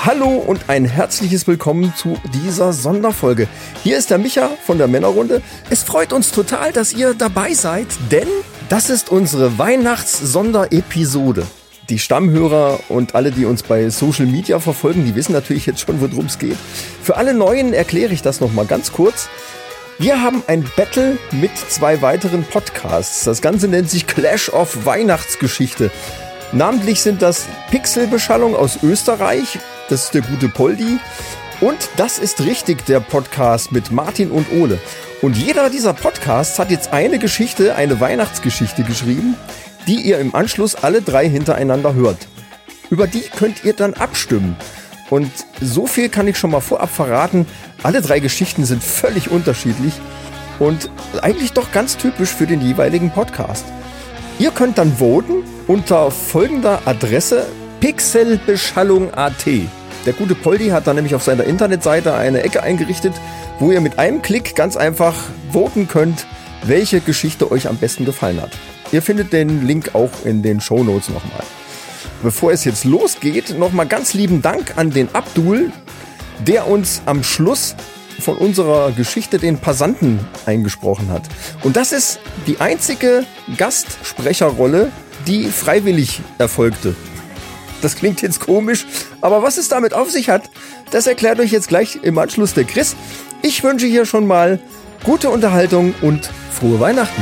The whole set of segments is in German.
Hallo und ein herzliches Willkommen zu dieser Sonderfolge. Hier ist der Micha von der Männerrunde. Es freut uns total, dass ihr dabei seid, denn das ist unsere Weihnachts-Sonderepisode. Die Stammhörer und alle, die uns bei Social Media verfolgen, die wissen natürlich jetzt schon, worum es geht. Für alle Neuen erkläre ich das nochmal ganz kurz. Wir haben ein Battle mit 2 weiteren Podcasts. Das Ganze nennt sich Clash of Weihnachtsgeschichte. Namentlich sind das Pixelbeschallung aus Österreich, das ist der gute Poldi, und Das ist richtig, der Podcast mit Martin und Ole. Und jeder dieser Podcasts hat jetzt eine Geschichte, eine Weihnachtsgeschichte geschrieben, die ihr im Anschluss alle 3 hintereinander hört. Über die könnt ihr dann abstimmen. Und so viel kann ich schon mal vorab verraten, alle 3 Geschichten sind völlig unterschiedlich und eigentlich doch ganz typisch für den jeweiligen Podcast. Ihr könnt dann voten unter folgender Adresse: pixelbeschallung.at. Der gute Poldi hat dann nämlich auf seiner Internetseite eine Ecke eingerichtet, wo ihr mit einem Klick ganz einfach voten könnt, welche Geschichte euch am besten gefallen hat. Ihr findet den Link auch in den Shownotes nochmal. Bevor es jetzt losgeht, nochmal ganz lieben Dank an den Abdul, der uns am Schluss von unserer Geschichte den Passanten eingesprochen hat. Und das ist die einzige Gastsprecherrolle, die freiwillig erfolgte. Das klingt jetzt komisch, aber was es damit auf sich hat, das erklärt euch jetzt gleich im Anschluss der Chris. Ich wünsche hier schon mal gute Unterhaltung und frohe Weihnachten.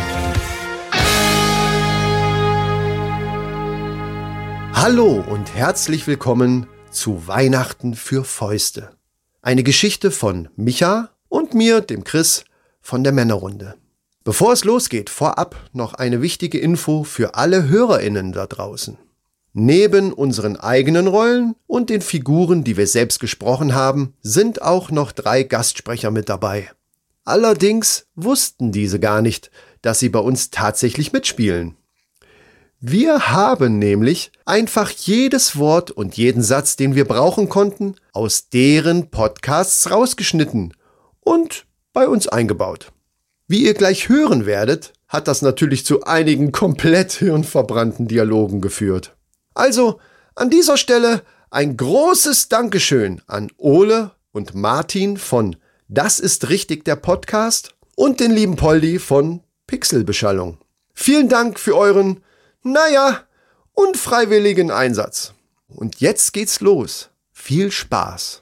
Hallo und herzlich willkommen zu Weihnachten für Fäuste. Eine Geschichte von Micha und mir, dem Chris, von der Männerrunde. Bevor es losgeht, vorab noch eine wichtige Info für alle HörerInnen da draußen. Neben unseren eigenen Rollen und den Figuren, die wir selbst gesprochen haben, sind auch noch 3 Gastsprecher mit dabei. Allerdings wussten diese gar nicht, dass sie bei uns tatsächlich mitspielen. Wir haben nämlich einfach jedes Wort und jeden Satz, den wir brauchen konnten, aus deren Podcasts rausgeschnitten und bei uns eingebaut. Wie ihr gleich hören werdet, hat das natürlich zu einigen komplett hirnverbrannten Dialogen geführt. Also an dieser Stelle ein großes Dankeschön an Ole und Martin von Das ist richtig, der Podcast, und den lieben Poldi von Pixelbeschallung. Vielen Dank für euren unfreiwilligen Einsatz. Und jetzt geht's los. Viel Spaß.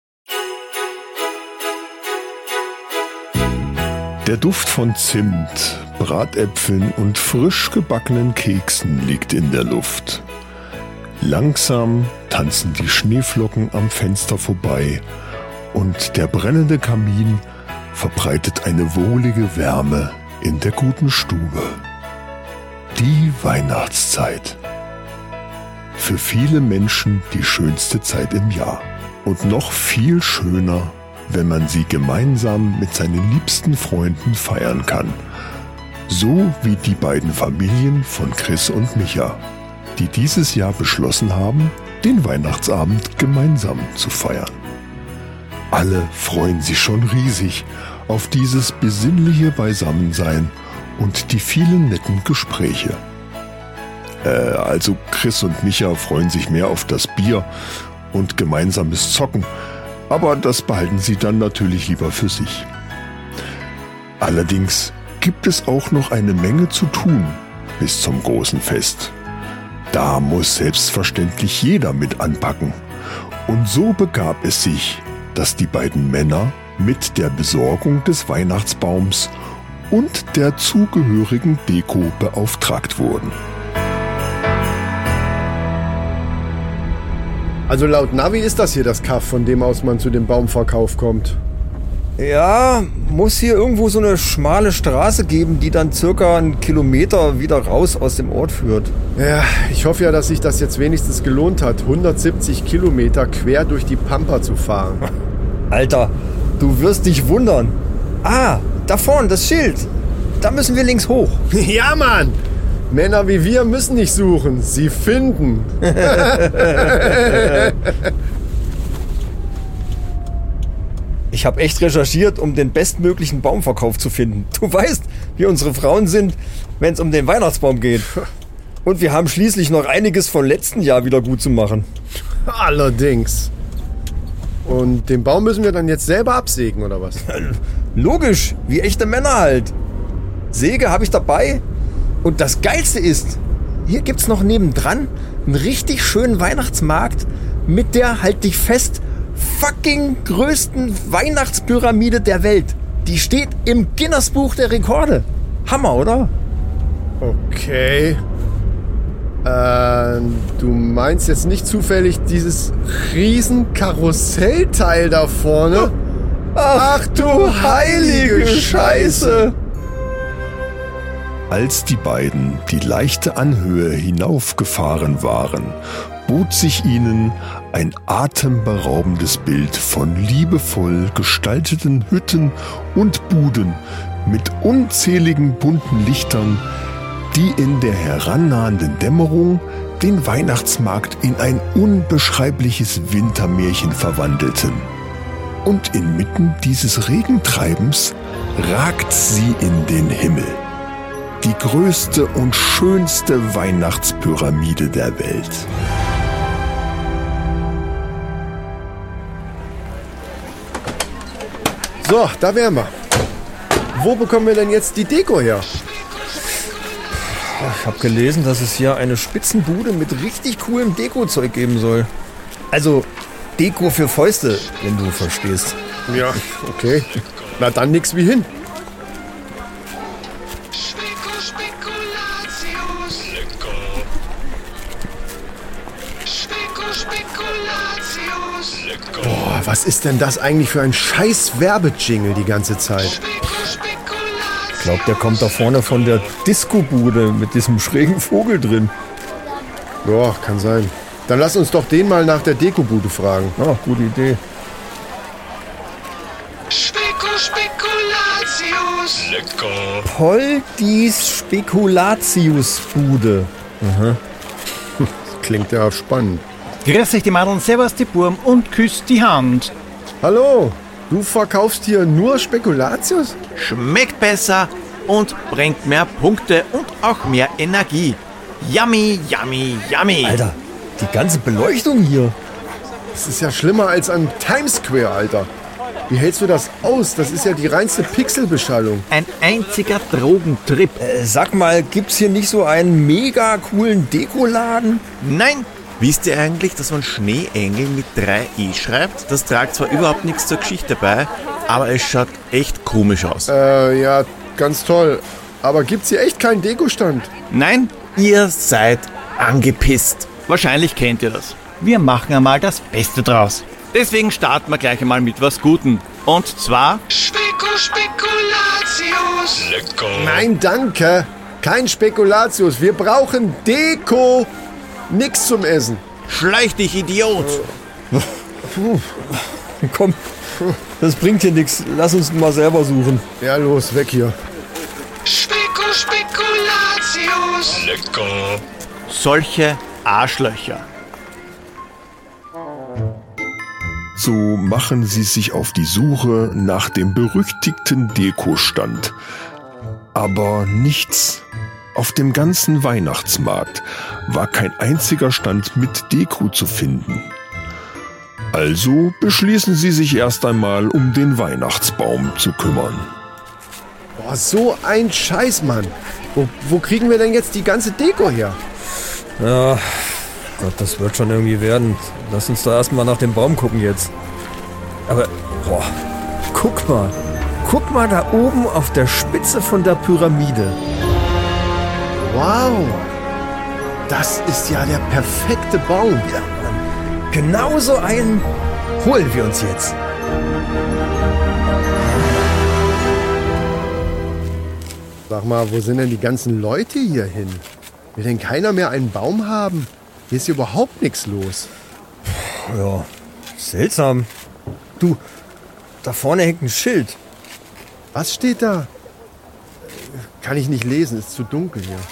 Der Duft von Zimt, Bratäpfeln und frisch gebackenen Keksen liegt in der Luft. Langsam tanzen die Schneeflocken am Fenster vorbei und der brennende Kamin verbreitet eine wohlige Wärme in der guten Stube. Die Weihnachtszeit. Für viele Menschen die schönste Zeit im Jahr. Und noch viel schöner, wenn man sie gemeinsam mit seinen liebsten Freunden feiern kann. So wie die beiden Familien von Chris und Micha, die dieses Jahr beschlossen haben, den Weihnachtsabend gemeinsam zu feiern. Alle freuen sich schon riesig auf dieses besinnliche Beisammensein und die vielen netten Gespräche. Also Chris und Micha freuen sich mehr auf das Bier und gemeinsames Zocken, aber das behalten sie dann natürlich lieber für sich. Allerdings gibt es auch noch eine Menge zu tun bis zum großen Fest. Da muss selbstverständlich jeder mit anpacken. Und so begab es sich, dass die beiden Männer mit der Besorgung des Weihnachtsbaums und der zugehörigen Deko beauftragt wurden. Also laut Navi ist das hier das Kaff, von dem aus man zu dem Baumverkauf kommt. Ja, muss hier irgendwo so eine schmale Straße geben, die dann circa 1 Kilometer wieder raus aus dem Ort führt. Ja, ich hoffe ja, dass sich das jetzt wenigstens gelohnt hat, 170 Kilometer quer durch die Pampa zu fahren. Alter, du wirst dich wundern. Ah, da vorne, das Schild. Da müssen wir links hoch. Ja, Mann! Männer wie wir müssen nicht suchen, sie finden. Ich habe echt recherchiert, um den bestmöglichen Baumverkauf zu finden. Du weißt, wie unsere Frauen sind, wenn es um den Weihnachtsbaum geht. Und wir haben schließlich noch einiges vom letzten Jahr wieder gut zu machen. Allerdings. Und den Baum müssen wir dann jetzt selber absägen, oder was? Logisch, wie echte Männer halt. Säge habe ich dabei. Und das Geilste ist, hier gibt's noch nebendran einen richtig schönen Weihnachtsmarkt mit der, halt dich fest, fucking größten Weihnachtspyramide der Welt. Die steht im Guinness-Buch der Rekorde. Hammer, oder? Okay. Du meinst jetzt nicht zufällig dieses riesen Karussellteil da vorne? Ach du heilige Scheiße! Als die beiden die leichte Anhöhe hinaufgefahren waren, bot sich ihnen ein atemberaubendes Bild von liebevoll gestalteten Hütten und Buden mit unzähligen bunten Lichtern, die in der herannahenden Dämmerung den Weihnachtsmarkt in ein unbeschreibliches Wintermärchen verwandelten. Und inmitten dieses Regentreibens ragt sie in den Himmel. Die größte und schönste Weihnachtspyramide der Welt. So, da wären wir. Wo bekommen wir denn jetzt die Deko her? Ich habe gelesen, dass es hier eine Spitzenbude mit richtig coolem Deko-Zeug geben soll. Also Deko für Fäuste, wenn du verstehst. Ja, okay. Na dann nix wie hin. Boah, was ist denn das eigentlich für ein scheiß Werbejingle die ganze Zeit? Ich glaube, der kommt da vorne von der Disco-Bude mit diesem schrägen Vogel drin. Ja, kann sein. Dann lass uns doch den mal nach der Deko-Bude fragen. Ja, gute Idee. Poldis Spekulatius-Bude. Aha. Klingt ja spannend. Grüß euch die Madeln, servus die Burm und küsst die Hand. Hallo, du verkaufst hier nur Spekulatius? Schmeckt besser und bringt mehr Punkte und auch mehr Energie. Yummy, yummy, yummy. Alter, die ganze Beleuchtung hier. Das ist ja schlimmer als an Times Square, Alter. Wie hältst du das aus? Das ist ja die reinste Pixelbeschallung. Ein einziger Drogentrip. Sag mal, gibt's hier nicht so einen mega coolen Dekoladen? Nein. Wisst ihr eigentlich, dass man Schneeengel mit 3 schreibt? Das tragt zwar überhaupt nichts zur Geschichte bei, aber es schaut echt komisch aus. Ja, ganz toll. Aber gibt's hier echt keinen Dekostand? Nein, ihr seid angepisst. Wahrscheinlich kennt ihr das. Wir machen einmal das Beste draus. Deswegen starten wir gleich einmal mit was Gutem. Und zwar... Spekulatius. Lecker. Nein, danke. Kein Spekulatius. Wir brauchen Deko. Nix zum Essen. Schleich dich, Idiot. Komm, das bringt hier nichts. Lass uns mal selber suchen. Ja, los, weg hier. Spekulatius. Lecker. Solche Arschlöcher. So machen sie sich auf die Suche nach dem berüchtigten Dekostand. Aber nichts. Auf dem ganzen Weihnachtsmarkt war kein einziger Stand mit Deko zu finden. Also beschließen sie sich erst einmal, um den Weihnachtsbaum zu kümmern. Boah, so ein Scheiß, Mann. Wo kriegen wir denn jetzt die ganze Deko her? Ja, Gott, das wird schon irgendwie werden. Lass uns da erstmal nach dem Baum gucken jetzt. Aber, boah, guck mal. Guck mal da oben auf der Spitze von der Pyramide. Wow. Das ist ja der perfekte Baum. Ja, Mann. Genau so einen holen wir uns jetzt. Sag mal, wo sind denn die ganzen Leute hier hin? Will denn keiner mehr einen Baum haben? Hier ist überhaupt nichts los. Ja, seltsam. Du, da vorne hängt ein Schild. Was steht da? Kann ich nicht lesen, ist zu dunkel hier.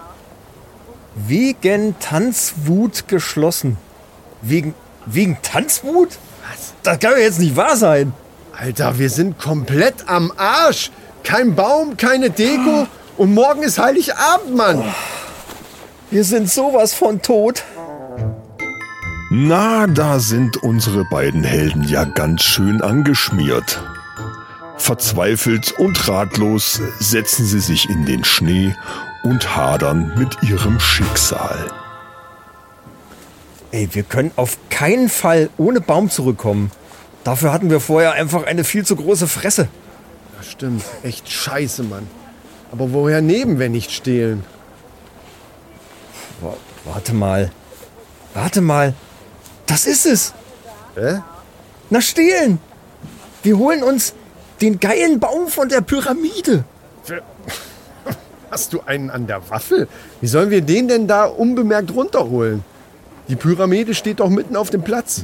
Wegen Tanzwut geschlossen. Wegen Tanzwut? Was? Das kann doch jetzt nicht wahr sein. Alter, wir sind komplett am Arsch. Kein Baum, keine Deko und morgen ist Heiligabend, Mann. Wir sind sowas von tot. Na, da sind unsere beiden Helden ja ganz schön angeschmiert. Verzweifelt und ratlos setzen sie sich in den Schnee und hadern mit ihrem Schicksal. Ey, wir können auf keinen Fall ohne Baum zurückkommen. Dafür hatten wir vorher einfach eine viel zu große Fresse. Das stimmt, echt scheiße, Mann. Aber woher nehmen wir nicht stehlen? Warte mal. Das ist es. Na, stehlen. Wir holen uns den geilen Baum von der Pyramide. Hast du einen an der Waffel? Wie sollen wir den denn da unbemerkt runterholen? Die Pyramide steht doch mitten auf dem Platz.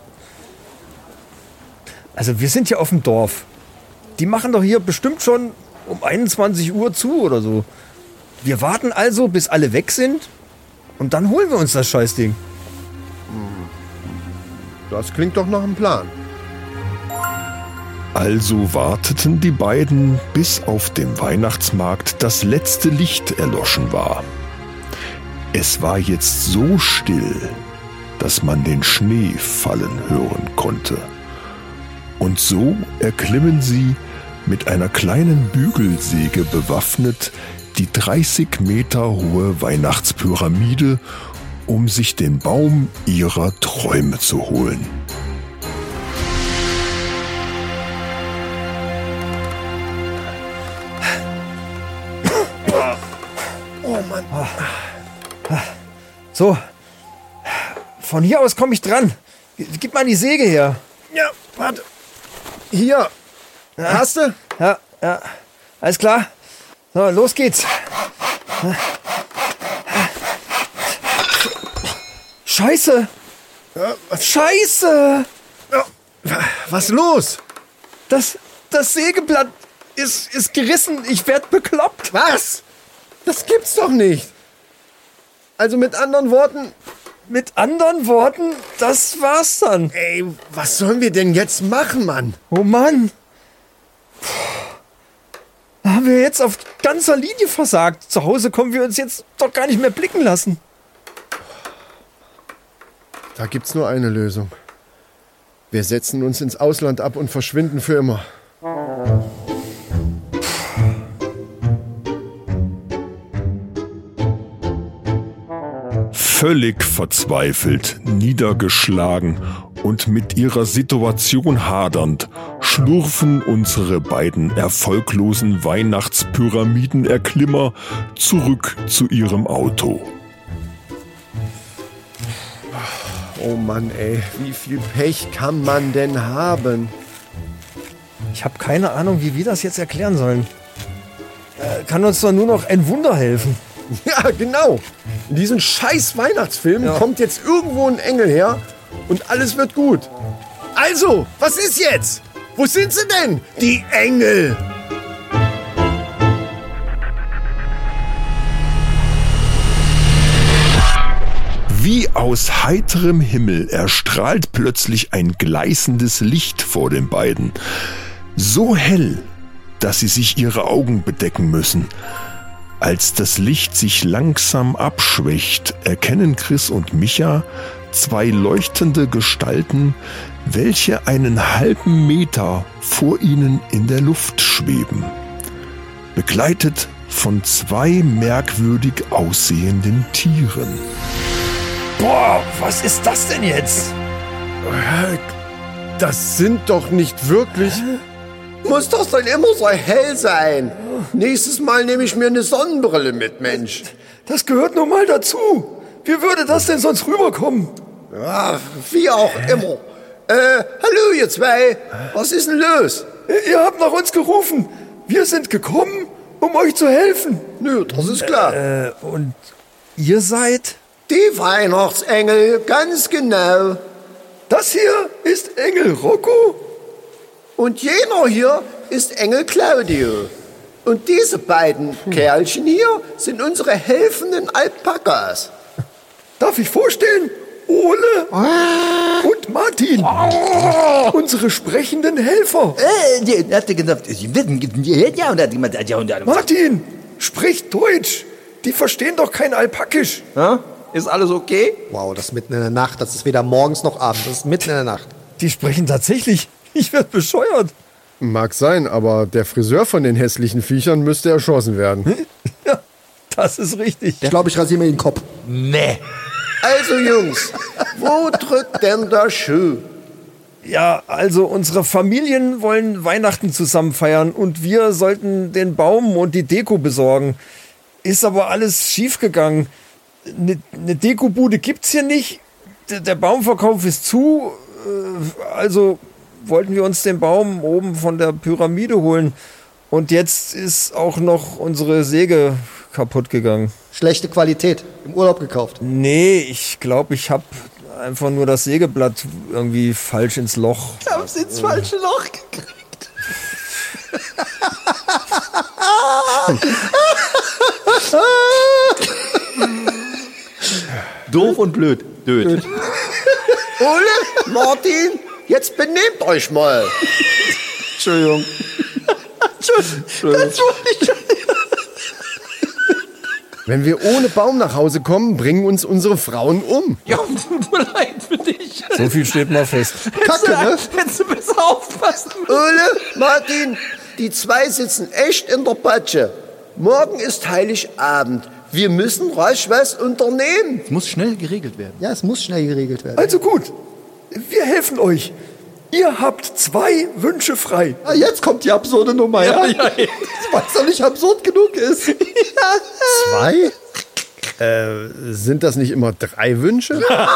Also wir sind ja auf dem Dorf. Die machen doch hier bestimmt schon um 21 Uhr zu oder so. Wir warten also, bis alle weg sind und dann holen wir uns das Scheißding. Das klingt doch nach einem Plan. Also warteten die beiden, bis auf dem Weihnachtsmarkt das letzte Licht erloschen war. Es war jetzt so still, dass man den Schnee fallen hören konnte. Und so erklimmen sie, mit einer kleinen Bügelsäge bewaffnet, die 30 Meter hohe Weihnachtspyramide, um sich den Baum ihrer Träume zu holen. Oh Mann. So, von hier aus komme ich dran. Gib mal die Säge her. Ja, warte. Hier. Hast du? Ja, alles klar. So, los geht's. Scheiße! Scheiße! Was los? Das Sägeblatt ist gerissen. Ich werd bekloppt. Was? Das gibt's doch nicht. Also mit anderen Worten... Mit anderen Worten, das war's dann. Ey, was sollen wir denn jetzt machen, Mann? Oh Mann. Da haben wir jetzt auf ganzer Linie versagt. Zu Hause können wir uns jetzt doch gar nicht mehr blicken lassen. Da gibt's nur eine Lösung. Wir setzen uns ins Ausland ab und verschwinden für immer. Völlig verzweifelt, niedergeschlagen und mit ihrer Situation hadernd, schlurfen unsere beiden erfolglosen Weihnachtspyramidenerklimmer zurück zu ihrem Auto. Oh Mann, ey, wie viel Pech kann man denn haben? Ich habe keine Ahnung, wie wir das jetzt erklären sollen. Kann uns doch nur noch ein Wunder helfen. Ja, genau. In diesem scheiß Weihnachtsfilm kommt jetzt irgendwo ein Engel her und alles wird gut. Also, was ist jetzt? Wo sind sie denn, die Engel? Wie aus heiterem Himmel erstrahlt plötzlich ein gleißendes Licht vor den beiden. So hell, dass sie sich ihre Augen bedecken müssen. Als das Licht sich langsam abschwächt, erkennen Chris und Micha zwei leuchtende Gestalten, welche einen halben Meter vor ihnen in der Luft schweben. Begleitet von zwei merkwürdig aussehenden Tieren. Boah, was ist das denn jetzt? Das sind doch nicht wirklich... Muss das denn immer so hell sein? Nächstes Mal nehme ich mir eine Sonnenbrille mit, Mensch. Das gehört nun mal dazu. Wie würde das denn sonst rüberkommen? Ja, wie auch immer. Hallo ihr zwei. Was ist denn los? Ihr habt nach uns gerufen. Wir sind gekommen, um euch zu helfen. Nö, das ist klar. Und ihr seid? Die Weihnachtsengel, ganz genau. Das hier ist Engel Rocco. Und jener hier ist Engel Claudio. Und diese beiden Kerlchen hier sind unsere helfenden Alpakas. Darf ich vorstellen? Ole und Martin. Unsere sprechenden Helfer. Martin, sprich Deutsch. Die verstehen doch kein Alpakisch. Ist alles okay? Wow, das ist mitten in der Nacht. Das ist weder morgens noch abends. Das ist mitten in der Nacht. Die sprechen tatsächlich. Ich werd bescheuert. Mag sein, aber der Friseur von den hässlichen Viechern müsste erschossen werden. Ja, das ist richtig. Ich glaube, ich rasiere mir den Kopf. Nee. Also Jungs, wo drückt denn der Schuh? Ja, also unsere Familien wollen Weihnachten zusammen feiern und wir sollten den Baum und die Deko besorgen. Ist aber alles schiefgegangen. Eine Dekobude gibt's hier nicht. Der Baumverkauf ist zu. Also wollten wir uns den Baum oben von der Pyramide holen. Und jetzt ist auch noch unsere Säge kaputt gegangen. Schlechte Qualität. Im Urlaub gekauft. Nee, ich glaube, ich habe einfach nur das Sägeblatt irgendwie falsch ins Loch. Ich hab's ins falsche Loch gekriegt. Doof und blöd. Död. Ole, Martin, jetzt benehmt euch mal. Entschuldigung. Das wollte ich schon. Wenn wir ohne Baum nach Hause kommen, bringen uns unsere Frauen um. Ja, tut mir leid für dich. So viel steht mal fest. Kacke, ne? Hättest du besser aufpassen müssen. Ole, Martin, die zwei sitzen echt in der Patsche. Morgen ist Heiligabend. Wir müssen rasch was unternehmen. Es muss schnell geregelt werden. Ja, es muss schnell geregelt werden. Also gut, wir helfen euch. Ihr habt 2 Wünsche frei. Ah, jetzt kommt die absurde Nummer, ja? Ja. Ich weiß doch nicht, ob genug ist. 2? Sind das nicht immer 3 Wünsche?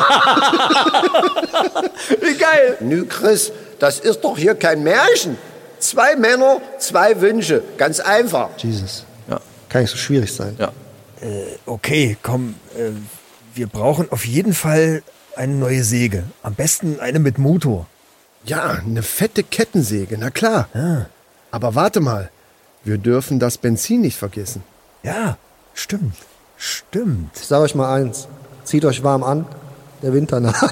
Wie geil. Nü, Chris, das ist doch hier kein Märchen. 2 Männer, 2 Wünsche. Ganz einfach. Jesus. Ja. Kann nicht so schwierig sein. Ja. Okay, komm, wir brauchen auf jeden Fall eine neue Säge. Am besten eine mit Motor. Ja, eine fette Kettensäge, na klar. Ja. Aber warte mal, wir dürfen das Benzin nicht vergessen. Ja, stimmt. Ich sage euch mal eins. Zieht euch warm an. Der Winter naht.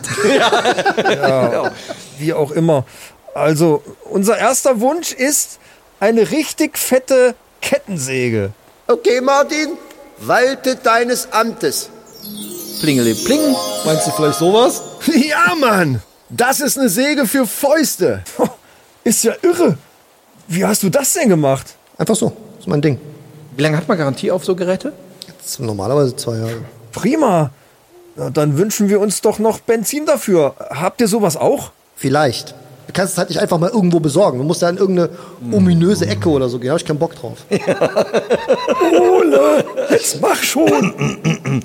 Wie auch immer. Also, unser erster Wunsch ist eine richtig fette Kettensäge. Okay, Martin, walte deines Amtes. Plingeli, pling. Meinst du vielleicht sowas? Ja, Mann! Das ist eine Säge für Fäuste. Ist ja irre. Wie hast du das denn gemacht? Einfach so. Das ist mein Ding. Wie lange hat man Garantie auf so Geräte? Das ist normalerweise 2 Jahre. Prima. Na, dann wünschen wir uns doch noch Benzin dafür. Habt ihr sowas auch? Vielleicht. Du kannst es halt nicht einfach mal irgendwo besorgen. Du musst da in irgendeine ominöse Ecke oder so gehen. Da hab ich keinen Bock drauf. Ole, jetzt mach schon.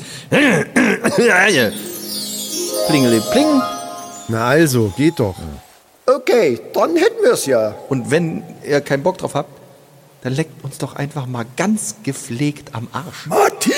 Plingeli, pling. Na also, geht doch. Okay, dann hätten wir es ja. Und wenn ihr keinen Bock drauf habt, dann leckt uns doch einfach mal ganz gepflegt am Arsch. Martin!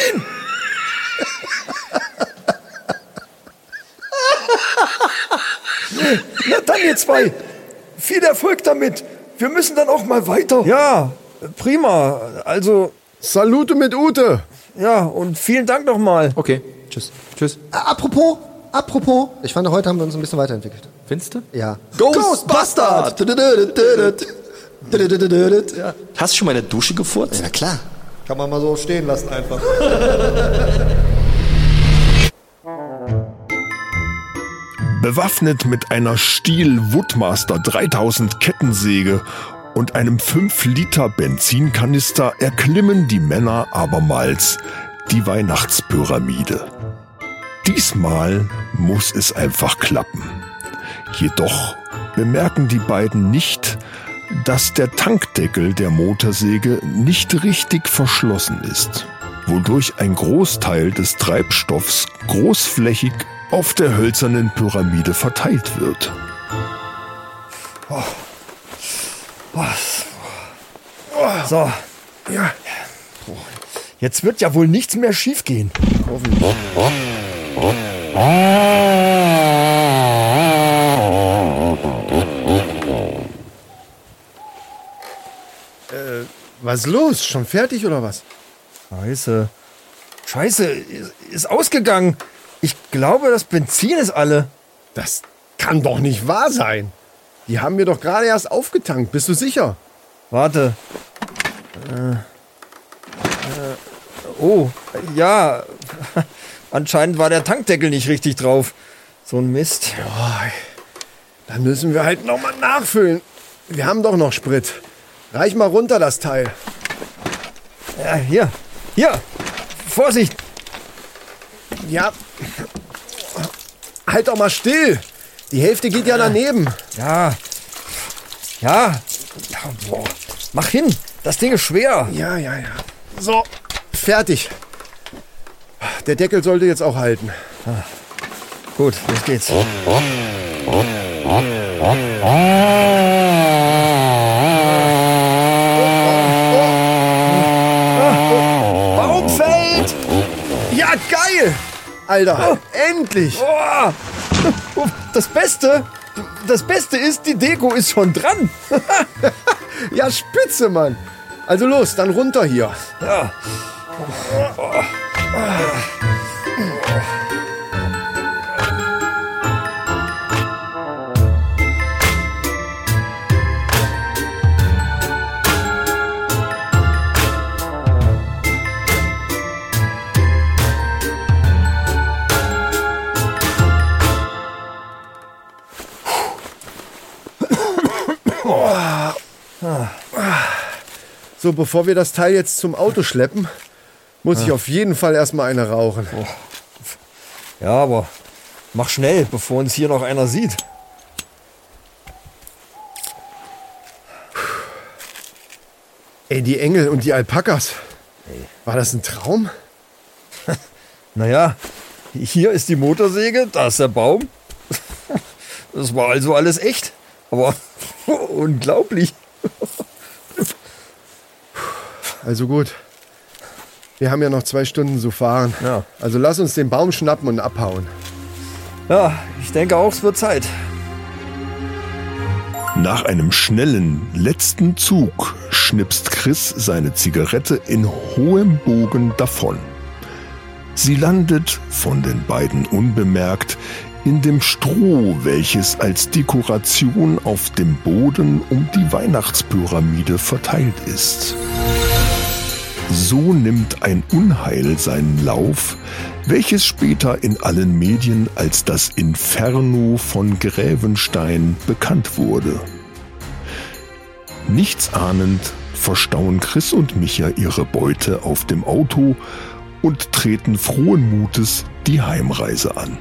Na dann, ihr zwei. Viel Erfolg damit. Wir müssen dann auch mal weiter. Ja, prima. Also, Salute mit Ute. ja, und vielen Dank nochmal. Okay, tschüss. Tschüss. Apropos. Ich fand, heute haben wir uns ein bisschen weiterentwickelt. Findest du? Ja. Ghostbusters! Ja. Hast du schon mal in der Dusche gefurzt? Ja, klar. Kann man mal so stehen lassen einfach. Bewaffnet mit einer Stihl Woodmaster 3000 Kettensäge und einem 5-Liter Benzinkanister erklimmen die Männer abermals die Weihnachtspyramide. Diesmal muss es einfach klappen. Jedoch bemerken die beiden nicht, dass der Tankdeckel der Motorsäge nicht richtig verschlossen ist, wodurch ein Großteil des Treibstoffs großflächig auf der hölzernen Pyramide verteilt wird. So. Ja. Jetzt wird ja wohl nichts mehr schiefgehen. Was ist los? Schon fertig oder was? Scheiße, ist ausgegangen. Ich glaube, das Benzin ist alle. Das kann doch nicht wahr sein. Die haben mir doch gerade erst aufgetankt. Bist du sicher? Warte. Oh, ja. Anscheinend war der Tankdeckel nicht richtig drauf. So ein Mist. Boah, dann müssen wir halt nochmal nachfüllen. Wir haben doch noch Sprit. Reich mal runter das Teil. Ja, hier. Vorsicht. Ja. Halt doch mal still. Die Hälfte geht ja daneben. Ja. Boah. Mach hin. Das Ding ist schwer. Ja. So, fertig. Der Deckel sollte jetzt auch halten. Gut, los geht's. Baum fällt! Ja, geil! Alter, endlich! Oh, das Beste ist, die Deko ist schon dran. Ja, spitze, Mann. Also los, dann runter hier. Ja. So, bevor wir das Teil jetzt zum Auto schleppen, muss ich auf jeden Fall erstmal eine rauchen. Ja, aber mach schnell, bevor uns hier noch einer sieht. Ey, die Engel und die Alpakas. War das ein Traum? Naja, hier ist die Motorsäge, da ist der Baum. Das war also alles echt. Aber unglaublich. Also gut. Wir haben ja noch 2 Stunden zu fahren. Ja. Also lass uns den Baum schnappen und abhauen. Ja, ich denke auch, es wird Zeit. Nach einem schnellen letzten Zug schnipst Chris seine Zigarette in hohem Bogen davon. Sie landet, von den beiden unbemerkt, in dem Stroh, welches als Dekoration auf dem Boden um die Weihnachtspyramide verteilt ist. So nimmt ein Unheil seinen Lauf, welches später in allen Medien als das Inferno von Grävenstein bekannt wurde. Nichtsahnend verstauen Chris und Micha ihre Beute auf dem Auto und treten frohen Mutes die Heimreise an.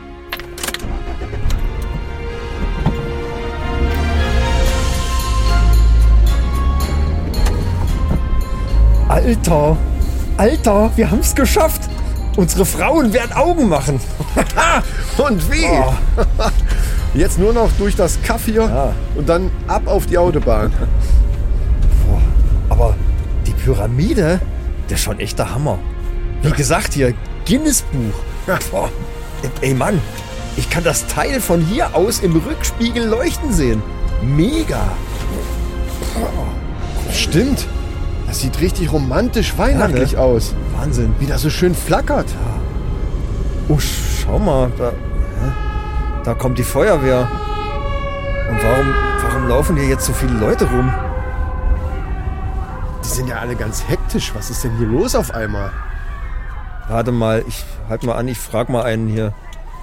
Alter, wir haben's geschafft. Unsere Frauen werden Augen machen. Und wie? Oh. Jetzt nur noch durch das Kaff hier und dann ab auf die Autobahn. Boah, aber die Pyramide, der ist schon echt der Hammer. Wie gesagt hier, Guinness-Buch. Boah. Ey Mann, ich kann das Teil von hier aus im Rückspiegel leuchten sehen. Mega. Stimmt. Das sieht richtig romantisch weihnachtlich aus. Wahnsinn. Wie das so schön flackert. Oh, schau mal, da kommt die Feuerwehr. Und warum laufen hier jetzt so viele Leute rum? Die sind ja alle ganz hektisch. Was ist denn hier los auf einmal? Warte mal, halt mal an, ich frag mal einen hier.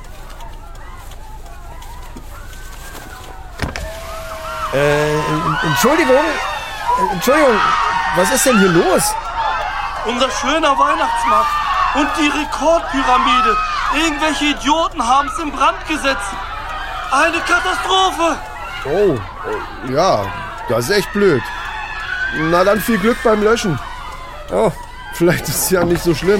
Entschuldigung, was ist denn hier los? Unser schöner Weihnachtsmarkt und die Rekordpyramide. Irgendwelche Idioten haben es in Brand gesetzt. Eine Katastrophe. Oh, ja, das ist echt blöd. Na dann viel Glück beim Löschen. Oh, vielleicht ist es ja nicht so schlimm.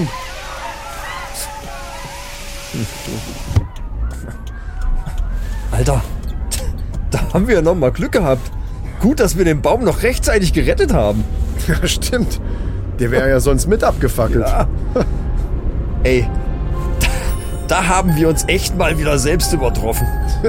Alter, da haben wir ja noch mal Glück gehabt. Gut, dass wir den Baum noch rechtzeitig gerettet haben. Ja, stimmt. Der wäre ja sonst mit abgefackelt. Ja. Ey, da haben wir uns echt mal wieder selbst übertroffen.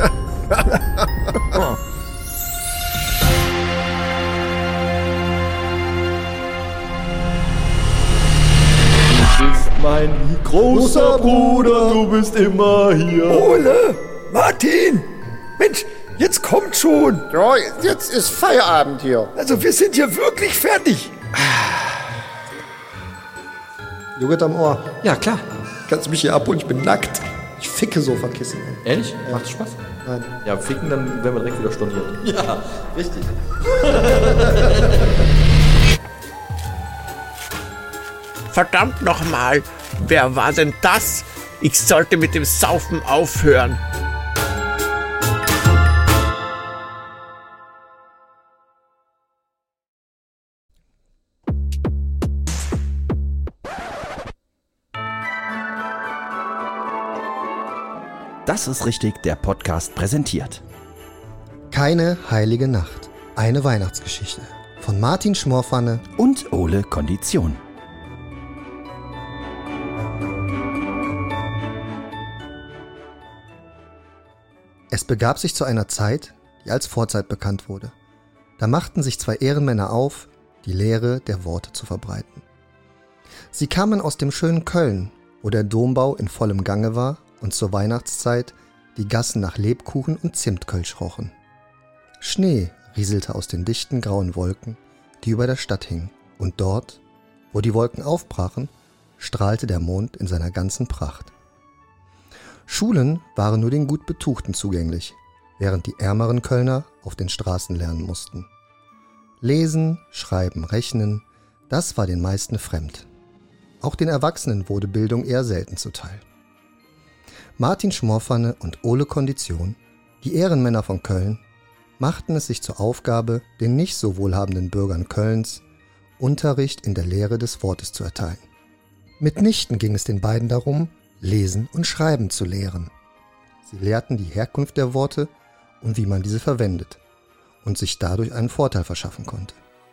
Du bist mein großer Bruder, du bist immer hier. Ole, Martin, Mensch, jetzt kommt schon. Ja, jetzt ist Feierabend hier. Also wir sind hier wirklich fertig. Joghurt am Ohr. Ja, klar. Kannst du mich hier abholen? Ich bin nackt. Ich ficke Sofakissen. Ehrlich? Macht das Spaß? Nein. Ja, ficken, dann werden wir direkt wieder storniert. Ja, richtig. Verdammt nochmal, wer war denn das? Ich sollte mit dem Saufen aufhören. Das ist richtig, der Podcast präsentiert. Keine heilige Nacht. Eine Weihnachtsgeschichte. Von Martin Schmorpfanne und Ole Kondition. Es begab sich zu einer Zeit, die als Vorzeit bekannt wurde. Da machten sich 2 Ehrenmänner auf, die Lehre der Worte zu verbreiten. Sie kamen aus dem schönen Köln, wo der Dombau in vollem Gange war und zur Weihnachtszeit die Gassen nach Lebkuchen und Zimtkölsch rochen. Schnee rieselte aus den dichten grauen Wolken, die über der Stadt hingen, und dort, wo die Wolken aufbrachen, strahlte der Mond in seiner ganzen Pracht. Schulen waren nur den gut Betuchten zugänglich, während die ärmeren Kölner auf den Straßen lernen mussten. Lesen, Schreiben, Rechnen, das war den meisten fremd. Auch den Erwachsenen wurde Bildung eher selten zuteil. Martin Schmorpfanne und Ole Kondition, die Ehrenmänner von Köln, machten es sich zur Aufgabe, den nicht so wohlhabenden Bürgern Kölns Unterricht in der Lehre des Wortes zu erteilen. Mitnichten ging es den beiden darum, Lesen und Schreiben zu lehren. Sie lehrten die Herkunft der Worte und wie man diese verwendet und sich dadurch einen Vorteil verschaffen konnte.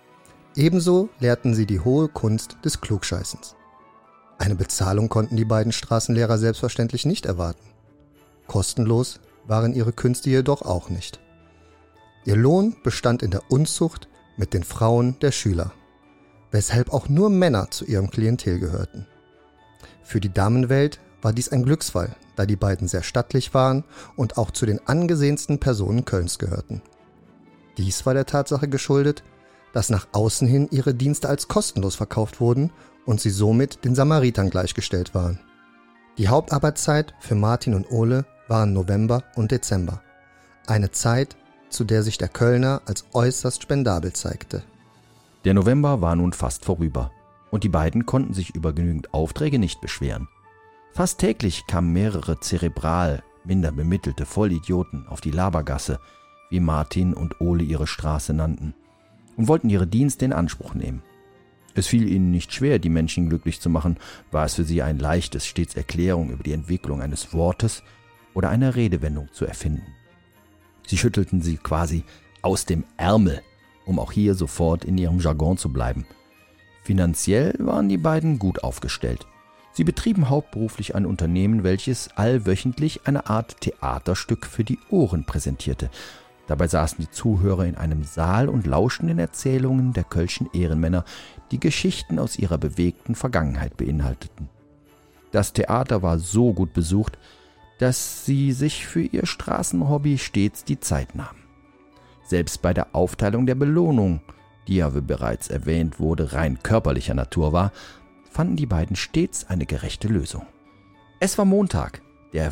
Ebenso lehrten sie die hohe Kunst des Klugscheißens. Eine Bezahlung konnten die beiden Straßenlehrer selbstverständlich nicht erwarten. Kostenlos waren ihre Künste jedoch auch nicht. Ihr Lohn bestand in der Unzucht mit den Frauen der Schüler, weshalb auch nur Männer zu ihrem Klientel gehörten. Für die Damenwelt war dies ein Glücksfall, da die beiden sehr stattlich waren und auch zu den angesehensten Personen Kölns gehörten. Dies war der Tatsache geschuldet, dass nach außen hin ihre Dienste als kostenlos verkauft wurden und sie somit den Samaritern gleichgestellt waren. Die Hauptarbeitszeit für Martin und Ole waren November und Dezember. Eine Zeit, zu der sich der Kölner als äußerst spendabel zeigte. Der November war nun fast vorüber und die beiden konnten sich über genügend Aufträge nicht beschweren. Fast täglich kamen mehrere zerebral minder bemittelte Vollidioten auf die Labergasse, wie Martin und Ole ihre Straße nannten, und wollten ihre Dienste in Anspruch nehmen. Es fiel ihnen nicht schwer, die Menschen glücklich zu machen, war es für sie ein leichtes, stets Erklärung über die Entwicklung eines Wortes oder einer Redewendung zu erfinden. Sie schüttelten sie quasi aus dem Ärmel, um auch hier sofort in ihrem Jargon zu bleiben. Finanziell waren die beiden gut aufgestellt. Sie betrieben hauptberuflich ein Unternehmen, welches allwöchentlich eine Art Theaterstück für die Ohren präsentierte. Dabei saßen die Zuhörer in einem Saal und lauschten den Erzählungen der Kölschen Ehrenmänner, die Geschichten aus ihrer bewegten Vergangenheit beinhalteten. Das Theater war so gut besucht, dass sie sich für ihr Straßenhobby stets die Zeit nahmen. Selbst bei der Aufteilung der Belohnung, die ja, wie bereits erwähnt wurde, rein körperlicher Natur war, fanden die beiden stets eine gerechte Lösung. Es war Montag, der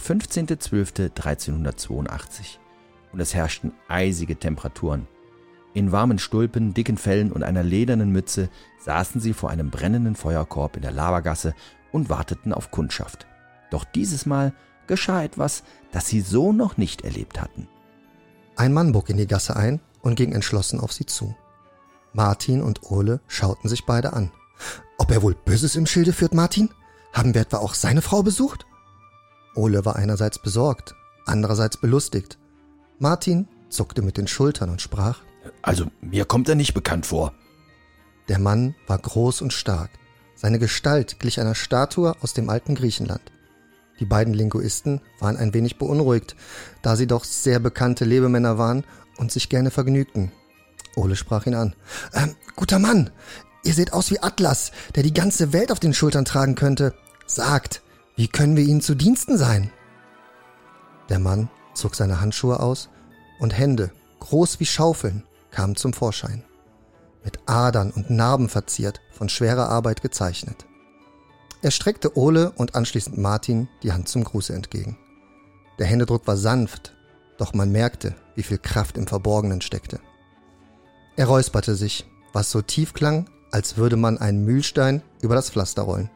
15.12.1382. Und es herrschten eisige Temperaturen. In warmen Stulpen, dicken Fellen und einer ledernen Mütze saßen sie vor einem brennenden Feuerkorb in der Labergasse und warteten auf Kundschaft. Doch dieses Mal geschah etwas, das sie so noch nicht erlebt hatten. Ein Mann bog in die Gasse ein und ging entschlossen auf sie zu. Martin und Ole schauten sich beide an. Ob er wohl Böses im Schilde führt, Martin? Haben wir etwa auch seine Frau besucht? Ole war einerseits besorgt, andererseits belustigt. Martin zuckte mit den Schultern und sprach: Also, mir kommt er nicht bekannt vor. Der Mann war groß und stark. Seine Gestalt glich einer Statue aus dem alten Griechenland. Die beiden Linguisten waren ein wenig beunruhigt, da sie doch sehr bekannte Lebemänner waren und sich gerne vergnügten. Ole sprach ihn an. Guter Mann, ihr seht aus wie Atlas, der die ganze Welt auf den Schultern tragen könnte. Sagt, wie können wir Ihnen zu Diensten sein?« Der Mann zog seine Handschuhe aus und Hände, groß wie Schaufeln, kamen zum Vorschein. Mit Adern und Narben verziert, von schwerer Arbeit gezeichnet. Er streckte Ole und anschließend Martin die Hand zum Gruße entgegen. Der Händedruck war sanft, doch man merkte, wie viel Kraft im Verborgenen steckte. Er räusperte sich, was so tief klang, als würde man einen Mühlstein über das Pflaster rollen.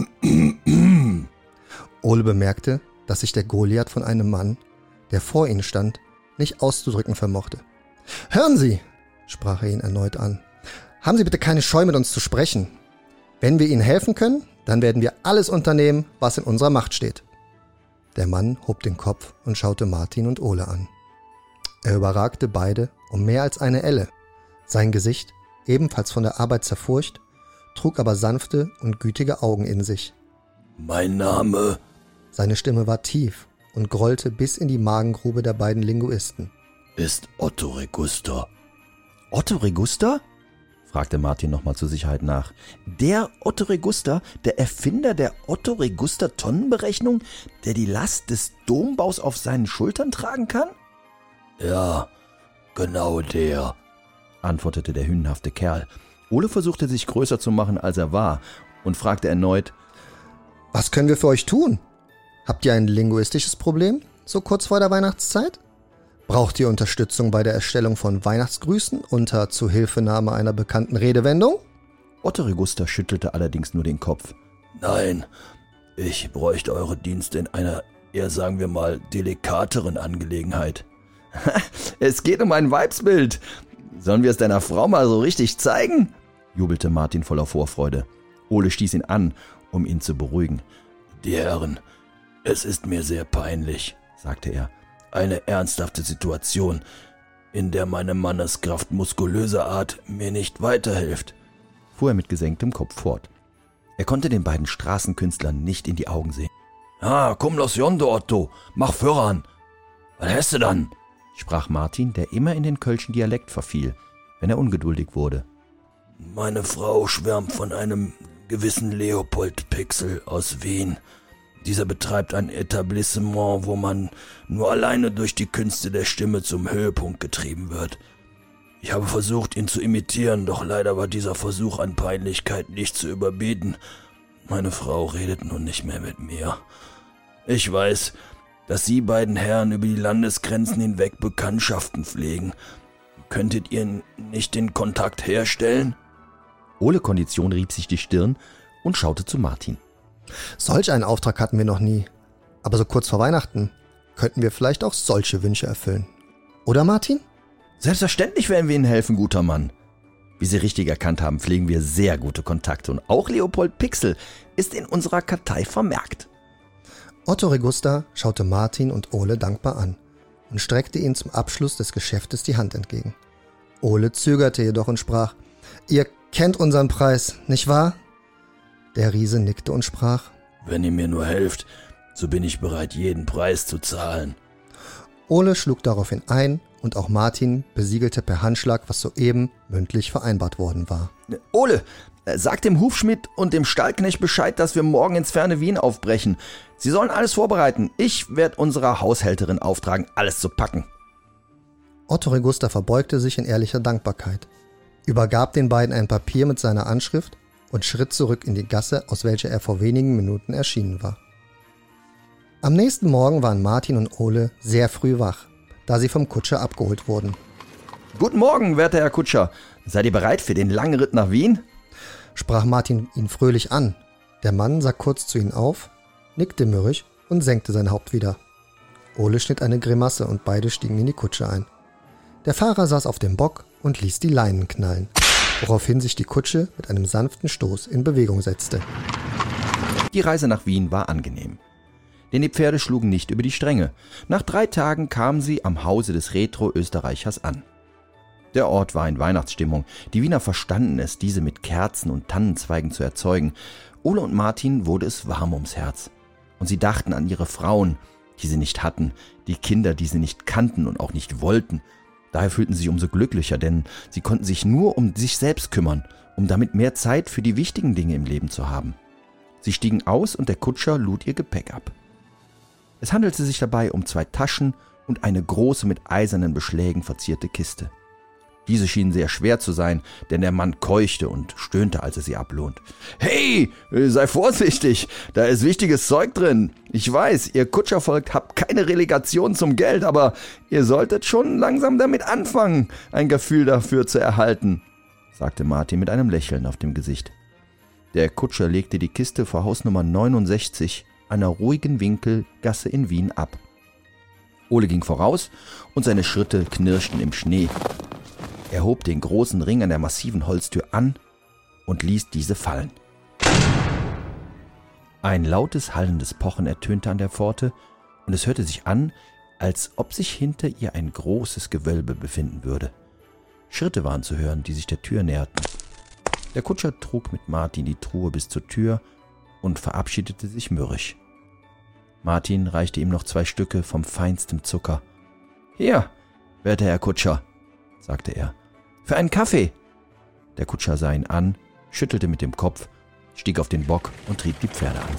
Ole bemerkte, dass sich der Goliath von einem Mann, der vor ihnen stand, nicht auszudrücken vermochte. »Hören Sie«, sprach er ihn erneut an, »haben Sie bitte keine Scheu, mit uns zu sprechen. Wenn wir Ihnen helfen können, dann werden wir alles unternehmen, was in unserer Macht steht.« Der Mann hob den Kopf und schaute Martin und Ole an. Er überragte beide um mehr als eine Elle. Sein Gesicht, ebenfalls von der Arbeit zerfurcht, trug aber sanfte und gütige Augen in sich. »Mein Name?« Seine Stimme war tief und grollte bis in die Magengrube der beiden Linguisten. »Ist Otto Reguster.« »Otto Reguster?« fragte Martin nochmal zur Sicherheit nach. »Der Otto Reguster, der Erfinder der Otto Reguster Tonnenberechnung, der die Last des Dombaus auf seinen Schultern tragen kann?« »Ja, genau der«, antwortete der hünenhafte Kerl. Ole versuchte sich größer zu machen, als er war, und fragte erneut: »Was können wir für euch tun? Habt ihr ein linguistisches Problem, so kurz vor der Weihnachtszeit? Braucht ihr Unterstützung bei der Erstellung von Weihnachtsgrüßen unter Zuhilfenahme einer bekannten Redewendung?« Otto Reguster schüttelte allerdings nur den Kopf. »Nein, ich bräuchte eure Dienste in einer eher, sagen wir mal, delikateren Angelegenheit.« »Es geht um ein Weibsbild. Sollen wir es deiner Frau mal so richtig zeigen?« jubelte Martin voller Vorfreude. Ole stieß ihn an, um ihn zu beruhigen. »Die Herren, es ist mir sehr peinlich«, sagte er. »Eine ernsthafte Situation, in der meine Manneskraft muskulöser Art mir nicht weiterhilft«, fuhr er mit gesenktem Kopf fort. Er konnte den beiden Straßenkünstlern nicht in die Augen sehen. »Komm los Jondo, Otto, mach voran. Was hast du dann?« sprach Martin, der immer in den kölschen Dialekt verfiel, wenn er ungeduldig wurde. »Meine Frau schwärmt von einem gewissen Leopold Pixel aus Wien. Dieser betreibt ein Etablissement, wo man nur alleine durch die Künste der Stimme zum Höhepunkt getrieben wird. Ich habe versucht, ihn zu imitieren, doch leider war dieser Versuch an Peinlichkeit nicht zu überbieten. Meine Frau redet nun nicht mehr mit mir. Ich weiß, dass Sie beiden Herren über die Landesgrenzen hinweg Bekanntschaften pflegen. Könntet ihr nicht den Kontakt herstellen?« Ole Kondition rieb sich die Stirn und schaute zu Martin. »Solch einen Auftrag hatten wir noch nie. Aber so kurz vor Weihnachten könnten wir vielleicht auch solche Wünsche erfüllen. Oder, Martin?« »Selbstverständlich werden wir Ihnen helfen, guter Mann. Wie Sie richtig erkannt haben, pflegen wir sehr gute Kontakte und auch Leopold Pixel ist in unserer Kartei vermerkt.« Otto Reguster schaute Martin und Ole dankbar an und streckte ihnen zum Abschluss des Geschäftes die Hand entgegen. Ole zögerte jedoch und sprach: »Ihr kennt unseren Preis, nicht wahr?« Der Riese nickte und sprach: »Wenn ihr mir nur helft, so bin ich bereit, jeden Preis zu zahlen.« Ole schlug daraufhin ein und auch Martin besiegelte per Handschlag, was soeben mündlich vereinbart worden war. »Ole, sag dem Hufschmied und dem Stallknecht Bescheid, dass wir morgen ins ferne Wien aufbrechen. Sie sollen alles vorbereiten. Ich werde unserer Haushälterin auftragen, alles zu packen.« Otto Reguster verbeugte sich in ehrlicher Dankbarkeit, übergab den beiden ein Papier mit seiner Anschrift und schritt zurück in die Gasse, aus welcher er vor wenigen Minuten erschienen war. Am nächsten Morgen waren Martin und Ole sehr früh wach, da sie vom Kutscher abgeholt wurden. »Guten Morgen, werter Herr Kutscher. Seid ihr bereit für den langen Ritt nach Wien?« sprach Martin ihn fröhlich an. Der Mann sah kurz zu ihnen auf, nickte mürrisch und senkte sein Haupt wieder. Ole schnitt eine Grimasse und beide stiegen in die Kutsche ein. Der Fahrer saß auf dem Bock und ließ die Leinen knallen, woraufhin sich die Kutsche mit einem sanften Stoß in Bewegung setzte. Die Reise nach Wien war angenehm, denn die Pferde schlugen nicht über die Stränge. Nach 3 Tagen kamen sie am Hause des Retro-Österreichers an. Der Ort war in Weihnachtsstimmung. Die Wiener verstanden es, diese mit Kerzen und Tannenzweigen zu erzeugen. Ole und Martin wurde es warm ums Herz. Und sie dachten an ihre Frauen, die sie nicht hatten, die Kinder, die sie nicht kannten und auch nicht wollten. Daher fühlten sie sich umso glücklicher, denn sie konnten sich nur um sich selbst kümmern, um damit mehr Zeit für die wichtigen Dinge im Leben zu haben. Sie stiegen aus und der Kutscher lud ihr Gepäck ab. Es handelte sich dabei um 2 Taschen und eine große mit eisernen Beschlägen verzierte Kiste. Diese schienen sehr schwer zu sein, denn der Mann keuchte und stöhnte, als er sie ablehnt. »Hey, sei vorsichtig, da ist wichtiges Zeug drin. Ich weiß, ihr Kutschervolk habt keine Relegation zum Geld, aber ihr solltet schon langsam damit anfangen, ein Gefühl dafür zu erhalten«, sagte Martin mit einem Lächeln auf dem Gesicht. Der Kutscher legte die Kiste vor Hausnummer 69, einer ruhigen Winkelgasse in Wien, ab. Ole ging voraus und seine Schritte knirschten im Schnee. Er hob den großen Ring an der massiven Holztür an und ließ diese fallen. Ein lautes, hallendes Pochen ertönte an der Pforte und es hörte sich an, als ob sich hinter ihr ein großes Gewölbe befinden würde. Schritte waren zu hören, die sich der Tür näherten. Der Kutscher trug mit Martin die Truhe bis zur Tür und verabschiedete sich mürrisch. Martin reichte ihm noch 2 Stücke vom feinsten Zucker. »Hier, werter Herr Kutscher«, sagte er, »für einen Kaffee.« Der Kutscher sah ihn an, schüttelte mit dem Kopf, stieg auf den Bock und trieb die Pferde an.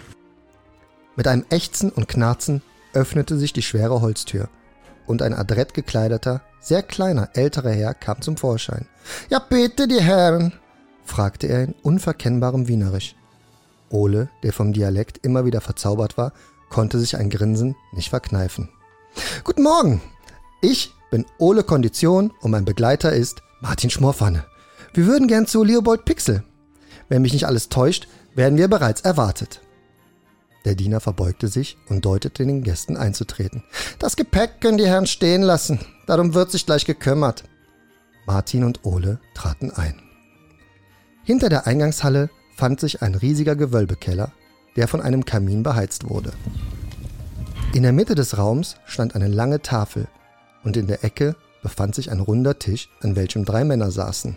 Mit einem Ächzen und Knarzen öffnete sich die schwere Holztür und ein adrett gekleideter, sehr kleiner, älterer Herr kam zum Vorschein. »Ja bitte, die Herren«, fragte er in unverkennbarem Wienerisch. Ole, der vom Dialekt immer wieder verzaubert war, konnte sich ein Grinsen nicht verkneifen. »Guten Morgen, ich bin Ole Kondition und mein Begleiter ist Martin Schmorpfanne. Wir würden gern zu Leopold Pixel. Wenn mich nicht alles täuscht, werden wir bereits erwartet.« Der Diener verbeugte sich und deutete den Gästen einzutreten. »Das Gepäck können die Herren stehen lassen, darum wird sich gleich gekümmert.« Martin und Ole traten ein. Hinter der Eingangshalle fand sich ein riesiger Gewölbekeller, der von einem Kamin beheizt wurde. In der Mitte des Raums stand eine lange Tafel und in der Ecke befand sich ein runder Tisch, an welchem 3 Männer saßen.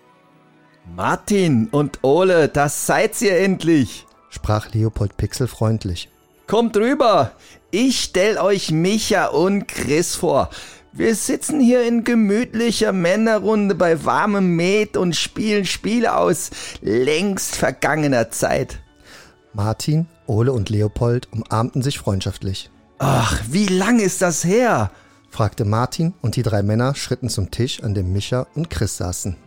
»Martin und Ole, das seid ihr endlich«, sprach Leopold Pixel freundlich. »Kommt rüber, ich stell euch Micha und Chris vor. Wir sitzen hier in gemütlicher Männerrunde bei warmem Met und spielen Spiele aus längst vergangener Zeit.« Martin, Ole und Leopold umarmten sich freundschaftlich. »Ach, wie lang ist das her?« fragte Martin und die 3 Männer schritten zum Tisch, an dem Micha und Chris saßen.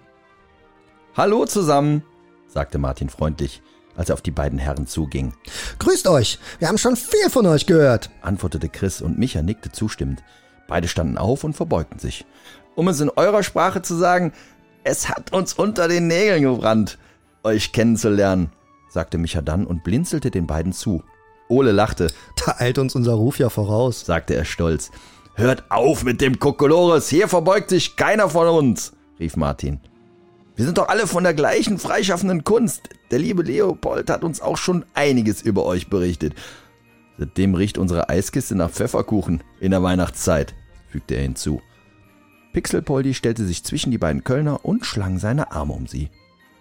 »Hallo zusammen«, sagte Martin freundlich, als er auf die beiden Herren zuging. »Grüßt euch, wir haben schon viel von euch gehört«, antwortete Chris und Micha nickte zustimmend. Beide standen auf und verbeugten sich. »Um es in eurer Sprache zu sagen, es hat uns unter den Nägeln gebrannt, euch kennenzulernen«, sagte Micha dann und blinzelte den beiden zu. Ole lachte. »Da eilt uns unser Ruf ja voraus«, sagte er stolz. »Hört auf mit dem Kokolores, hier verbeugt sich keiner von uns«, rief Martin. »Wir sind doch alle von der gleichen freischaffenden Kunst. Der liebe Leopold hat uns auch schon einiges über euch berichtet. Seitdem riecht unsere Eiskiste nach Pfefferkuchen in der Weihnachtszeit«, fügte er hinzu. Pixelpoldi stellte sich zwischen die beiden Kölner und schlang seine Arme um sie.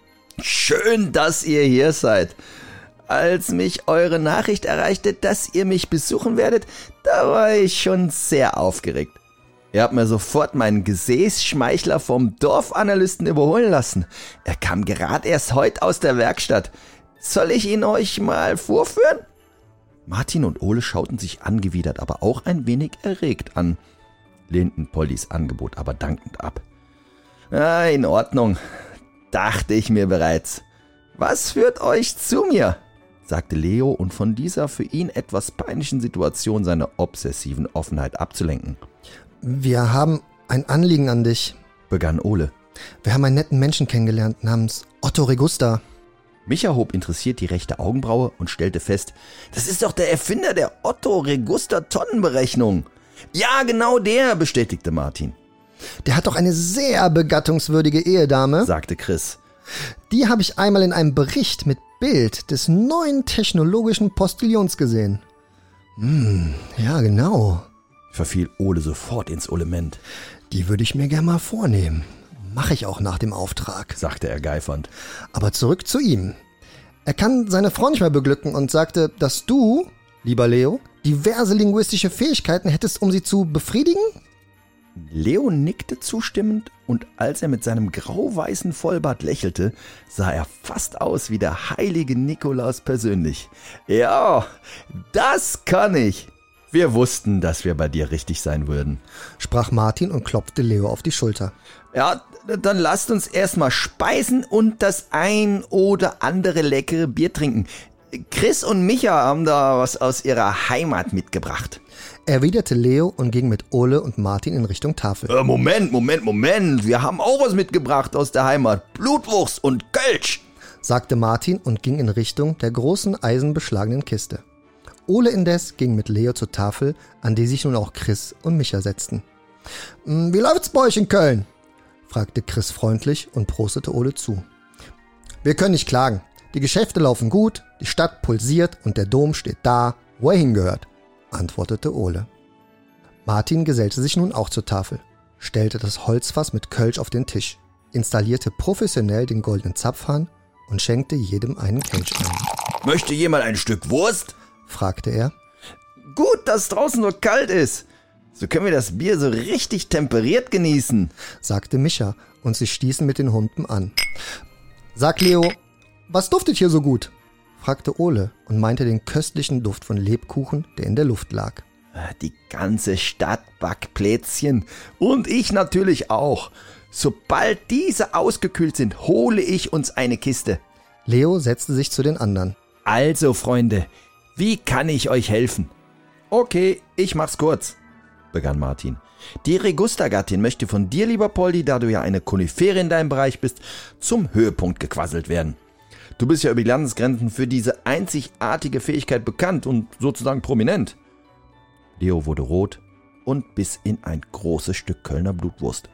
»Schön, dass ihr hier seid. Als mich eure Nachricht erreichte, dass ihr mich besuchen werdet, da war ich schon sehr aufgeregt. Ihr habt mir sofort meinen Gesäßschmeichler vom Dorfanalysten überholen lassen. Er kam gerade erst heute aus der Werkstatt. Soll ich ihn euch mal vorführen?« Martin und Ole schauten sich angewidert, aber auch ein wenig erregt an, lehnten Pollys Angebot aber dankend ab. »In Ordnung, dachte ich mir bereits. Was führt euch zu mir?«, sagte Leo, und von dieser für ihn etwas peinlichen Situation seine obsessiven Offenheit abzulenken. »Wir haben ein Anliegen an dich«, begann Ole. »Wir haben einen netten Menschen kennengelernt namens Otto Regusta.« Micha hob interessiert die rechte Augenbraue und stellte fest, das ist doch der Erfinder der Otto Regusta Tonnenberechnung. »Ja, genau der«, bestätigte Martin. »Der hat doch eine sehr begattungswürdige Ehedame«, sagte Chris. »Die habe ich einmal in einem Bericht mit Bild des neuen technologischen Postillons gesehen.« Ja, genau«, verfiel Ole sofort ins Element. »Die würde ich mir gern mal vornehmen. Mache ich auch nach dem Auftrag«, sagte er geifernd. »Aber zurück zu ihm. Er kann seine Frau nicht mehr beglücken und sagte, dass du, lieber Leo, diverse linguistische Fähigkeiten hättest, um sie zu befriedigen?« Leo nickte zustimmend, und als er mit seinem grau-weißen Vollbart lächelte, sah er fast aus wie der heilige Nikolaus persönlich. »Ja, das kann ich«, Wir wussten, dass wir bei dir richtig sein würden, sprach Martin und klopfte Leo auf die Schulter. Ja, dann lasst uns erstmal speisen und das ein oder andere leckere Bier trinken. Chris und Micha haben da was aus ihrer Heimat mitgebracht, erwiderte Leo und ging mit Ole und Martin in Richtung Tafel. Moment. Wir haben auch was mitgebracht aus der Heimat. Blutwurst und Kölsch, sagte Martin und ging in Richtung der großen eisenbeschlagenen Kiste. Ole indes ging mit Leo zur Tafel, an die sich nun auch Chris und Micha setzten. »Wie läuft's bei euch in Köln?« fragte Chris freundlich und prostete Ole zu. »Wir können nicht klagen. Die Geschäfte laufen gut, die Stadt pulsiert und der Dom steht da, wo er hingehört«, antwortete Ole. Martin gesellte sich nun auch zur Tafel, stellte das Holzfass mit Kölsch auf den Tisch, installierte professionell den goldenen Zapfhahn und schenkte jedem einen Kelch ein. »Möchte jemand ein Stück Wurst?« fragte er. »Gut, dass es draußen so kalt ist. So können wir das Bier so richtig temperiert genießen«, sagte Micha und sie stießen mit den Humpen an. »Sag Leo, was duftet hier so gut?« fragte Ole und meinte den köstlichen Duft von Lebkuchen, der in der Luft lag. Die ganze Stadt backt Plätzchen und ich natürlich auch. Sobald diese ausgekühlt sind, hole ich uns eine Kiste. Leo setzte sich zu den anderen. Also, Freunde, wie kann ich euch helfen? Okay, ich mach's kurz, begann Martin. Die Regusta-Gattin möchte von dir, lieber Poldi, da du ja eine Koryphäre in deinem Bereich bist, zum Höhepunkt gequasselt werden. Du bist ja über die Landesgrenzen für diese einzigartige Fähigkeit bekannt und sozusagen prominent. Leo wurde rot und biss in ein großes Stück Kölner Blutwurst.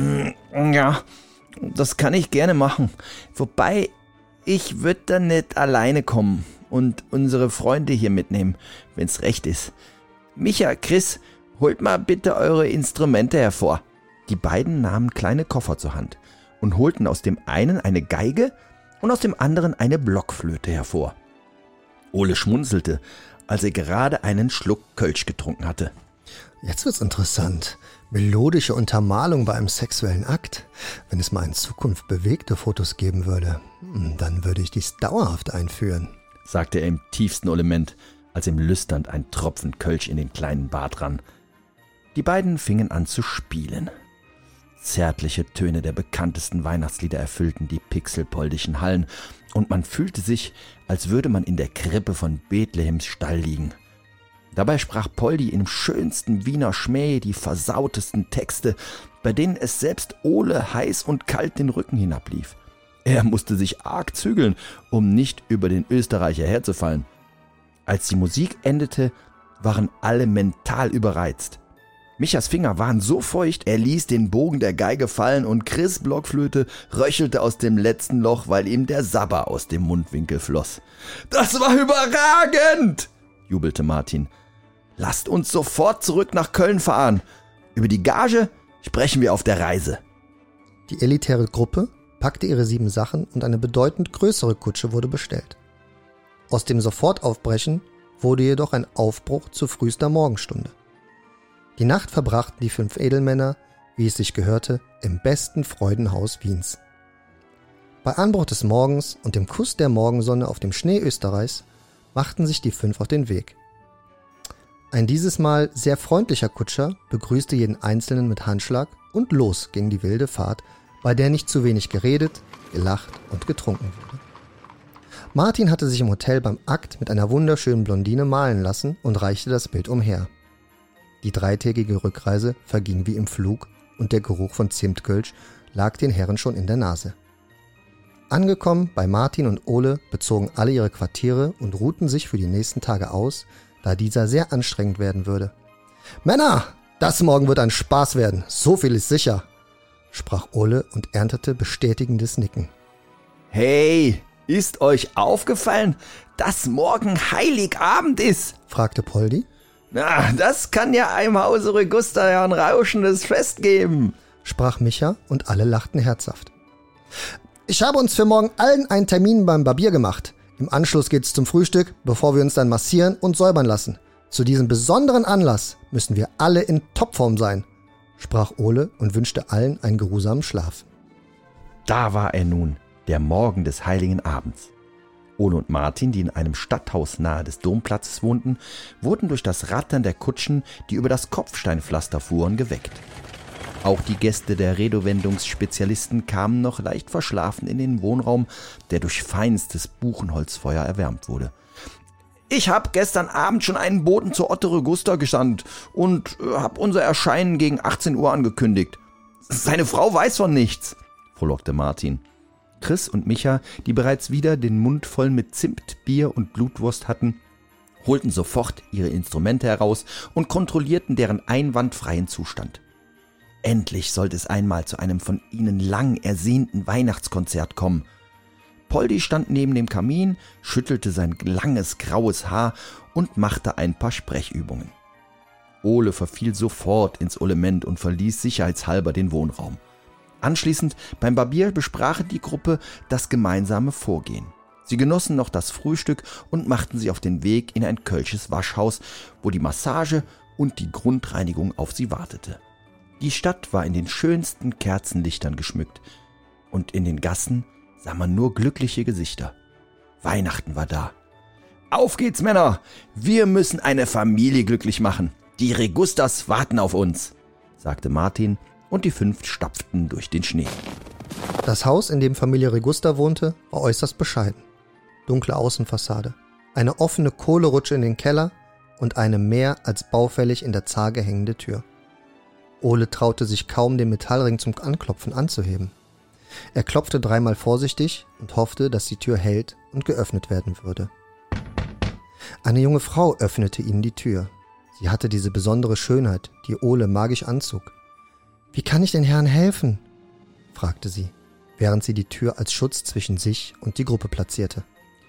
Ja, das kann ich gerne machen. Wobei, ich würde dann nicht alleine kommen und unsere Freunde hier mitnehmen, wenn's recht ist. Micha, Chris, holt mal bitte eure Instrumente hervor. Die beiden nahmen kleine Koffer zur Hand und holten aus dem einen eine Geige und aus dem anderen eine Blockflöte hervor. Ole schmunzelte, als er gerade einen Schluck Kölsch getrunken hatte. Jetzt wird's interessant. Melodische Untermalung bei einem sexuellen Akt. Wenn es mal in Zukunft bewegte Fotos geben würde, dann würde ich dies dauerhaft einführen, sagte er im tiefsten Element, als ihm lüsternd ein Tropfen Kölsch in den kleinen Bart rann. Die beiden fingen an zu spielen. Zärtliche Töne der bekanntesten Weihnachtslieder erfüllten die pixelpoldischen Hallen und man fühlte sich, als würde man in der Krippe von Bethlehems Stall liegen. Dabei sprach Poldi im schönsten Wiener Schmäh die versautesten Texte, bei denen es selbst Ole heiß und kalt den Rücken hinablief. Er musste sich arg zügeln, um nicht über den Österreicher herzufallen. Als die Musik endete, waren alle mental überreizt. Michas Finger waren so feucht, er ließ den Bogen der Geige fallen und Chris' Blockflöte röchelte aus dem letzten Loch, weil ihm der Sabber aus dem Mundwinkel floss. »Das war überragend!« jubelte Martin. »Lasst uns sofort zurück nach Köln fahren. Über die Gage sprechen wir auf der Reise.« Die elitäre Gruppe packte ihre 7 Sachen und eine bedeutend größere Kutsche wurde bestellt. Aus dem Sofortaufbrechen wurde jedoch ein Aufbruch zu frühester Morgenstunde. Die Nacht verbrachten die 5 Edelmänner, wie es sich gehörte, im besten Freudenhaus Wiens. Bei Anbruch des Morgens und dem Kuss der Morgensonne auf dem Schnee Österreichs machten sich die 5 auf den Weg. Ein dieses Mal sehr freundlicher Kutscher begrüßte jeden Einzelnen mit Handschlag und los ging die wilde Fahrt, bei der nicht zu wenig geredet, gelacht und getrunken wurde. Martin hatte sich im Hotel beim Akt mit einer wunderschönen Blondine malen lassen und reichte das Bild umher. Die 3-tägige Rückreise verging wie im Flug und der Geruch von Zimtkölsch lag den Herren schon in der Nase. Angekommen bei Martin und Ole bezogen alle ihre Quartiere und ruhten sich für die nächsten Tage aus, da dieser sehr anstrengend werden würde. »Männer, das morgen wird ein Spaß werden, so viel ist sicher«, sprach Ole und erntete bestätigendes Nicken. »Hey, ist euch aufgefallen, dass morgen Heiligabend ist?« fragte Poldi. »Na, das kann ja einem Hause Regusta ja ein rauschendes Fest geben«, sprach Micha und alle lachten herzhaft. »Ich habe uns für morgen allen einen Termin beim Barbier gemacht. Im Anschluss geht's zum Frühstück, bevor wir uns dann massieren und säubern lassen. Zu diesem besonderen Anlass müssen wir alle in Topform sein«, sprach Ole und wünschte allen einen geruhsamen Schlaf. Da war er nun, der Morgen des heiligen Abends. Ole und Martin, die in einem Stadthaus nahe des Domplatzes wohnten, wurden durch das Rattern der Kutschen, die über das Kopfsteinpflaster fuhren, geweckt. Auch die Gäste der Redewendungsspezialisten kamen noch leicht verschlafen in den Wohnraum, der durch feinstes Buchenholzfeuer erwärmt wurde. »Ich habe gestern Abend schon einen Boten zur Otto Regusta gesandt und habe unser Erscheinen gegen 18 Uhr angekündigt. Seine Frau weiß von nichts«, frohlockte Martin. Chris und Micha, die bereits wieder den Mund voll mit Zimt, Bier und Blutwurst hatten, holten sofort ihre Instrumente heraus und kontrollierten deren einwandfreien Zustand. Endlich sollte es einmal zu einem von ihnen lang ersehnten Weihnachtskonzert kommen. Poldi stand neben dem Kamin, schüttelte sein langes graues Haar und machte ein paar Sprechübungen. Ole verfiel sofort ins Element und verließ sicherheitshalber den Wohnraum. Anschließend beim Barbier besprachen die Gruppe das gemeinsame Vorgehen. Sie genossen noch das Frühstück und machten sich auf den Weg in ein kölsches Waschhaus, wo die Massage und die Grundreinigung auf sie wartete. Die Stadt war in den schönsten Kerzenlichtern geschmückt und in den Gassen sah man nur glückliche Gesichter. Weihnachten war da. »Auf geht's, Männer! Wir müssen eine Familie glücklich machen. Die Regustas warten auf uns«, sagte Martin, und die 5 stapften durch den Schnee. Das Haus, in dem Familie Regusta wohnte, war äußerst bescheiden. Dunkle Außenfassade, eine offene Kohlerutsche in den Keller und eine mehr als baufällig in der Zarge hängende Tür. Ole traute sich kaum, den Metallring zum Anklopfen anzuheben. Er klopfte 3-mal vorsichtig und hoffte, dass die Tür hält und geöffnet werden würde. Eine junge Frau öffnete ihnen die Tür. Sie hatte diese besondere Schönheit, die Ole magisch anzog. »Wie kann ich den Herren helfen?« fragte sie, während sie die Tür als Schutz zwischen sich und die Gruppe platzierte.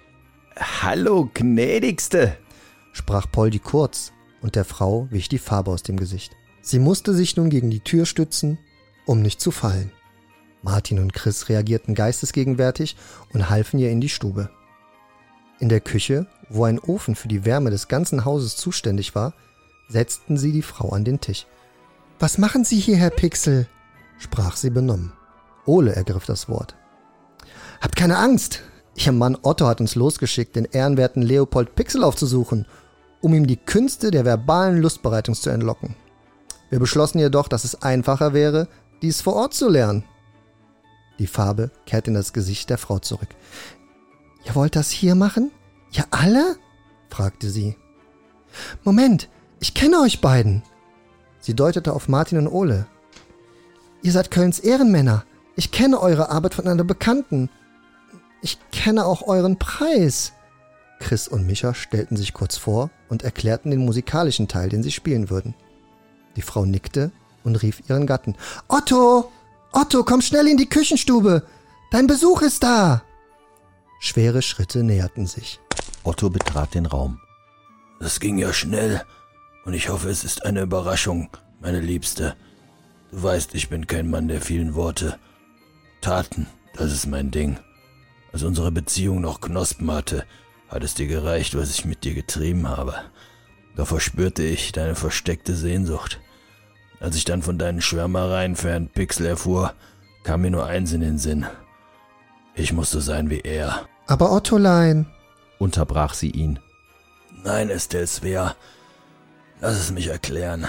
»Hallo, gnädigste«, sprach Poldi kurz, und der Frau wich die Farbe aus dem Gesicht. Sie musste sich nun gegen die Tür stützen, um nicht zu fallen. Martin und Chris reagierten geistesgegenwärtig und halfen ihr in die Stube. In der Küche, wo ein Ofen für die Wärme des ganzen Hauses zuständig war, setzten sie die Frau an den Tisch. »Was machen Sie hier, Herr Pixel?« sprach sie benommen. Ole ergriff das Wort. »Habt keine Angst! Ihr Mann Otto hat uns losgeschickt, den ehrenwerten Leopold Pixel aufzusuchen, um ihm die Künste der verbalen Lustbereitung zu entlocken. Wir beschlossen jedoch, dass es einfacher wäre, dies vor Ort zu lernen.« Die Farbe kehrte in das Gesicht der Frau zurück. »Ihr wollt das hier machen? Ihr alle?« fragte sie. »Moment, ich kenne euch beiden.« Sie deutete auf Martin und Ole. »Ihr seid Kölns Ehrenmänner. Ich kenne eure Arbeit von einer Bekannten. Ich kenne auch euren Preis.« Chris und Micha stellten sich kurz vor und erklärten den musikalischen Teil, den sie spielen würden. Die Frau nickte und rief ihren Gatten. »Otto! Otto, komm schnell in die Küchenstube! Dein Besuch ist da!« Schwere Schritte näherten sich. Otto betrat den Raum. »Das ging ja schnell. Und ich hoffe, es ist eine Überraschung, meine Liebste. Du weißt, ich bin kein Mann der vielen Worte. Taten, das ist mein Ding. Als unsere Beziehung noch Knospen hatte, hat es dir gereicht, was ich mit dir getrieben habe. Da verspürte ich deine versteckte Sehnsucht. Als ich dann von deinen Schwärmereien für Herrn Pixel erfuhr, kam mir nur eins in den Sinn. Ich musste sein wie er.« »Aber Ottolein«, unterbrach sie ihn. »Nein, Estelle Svea, lass es mich erklären.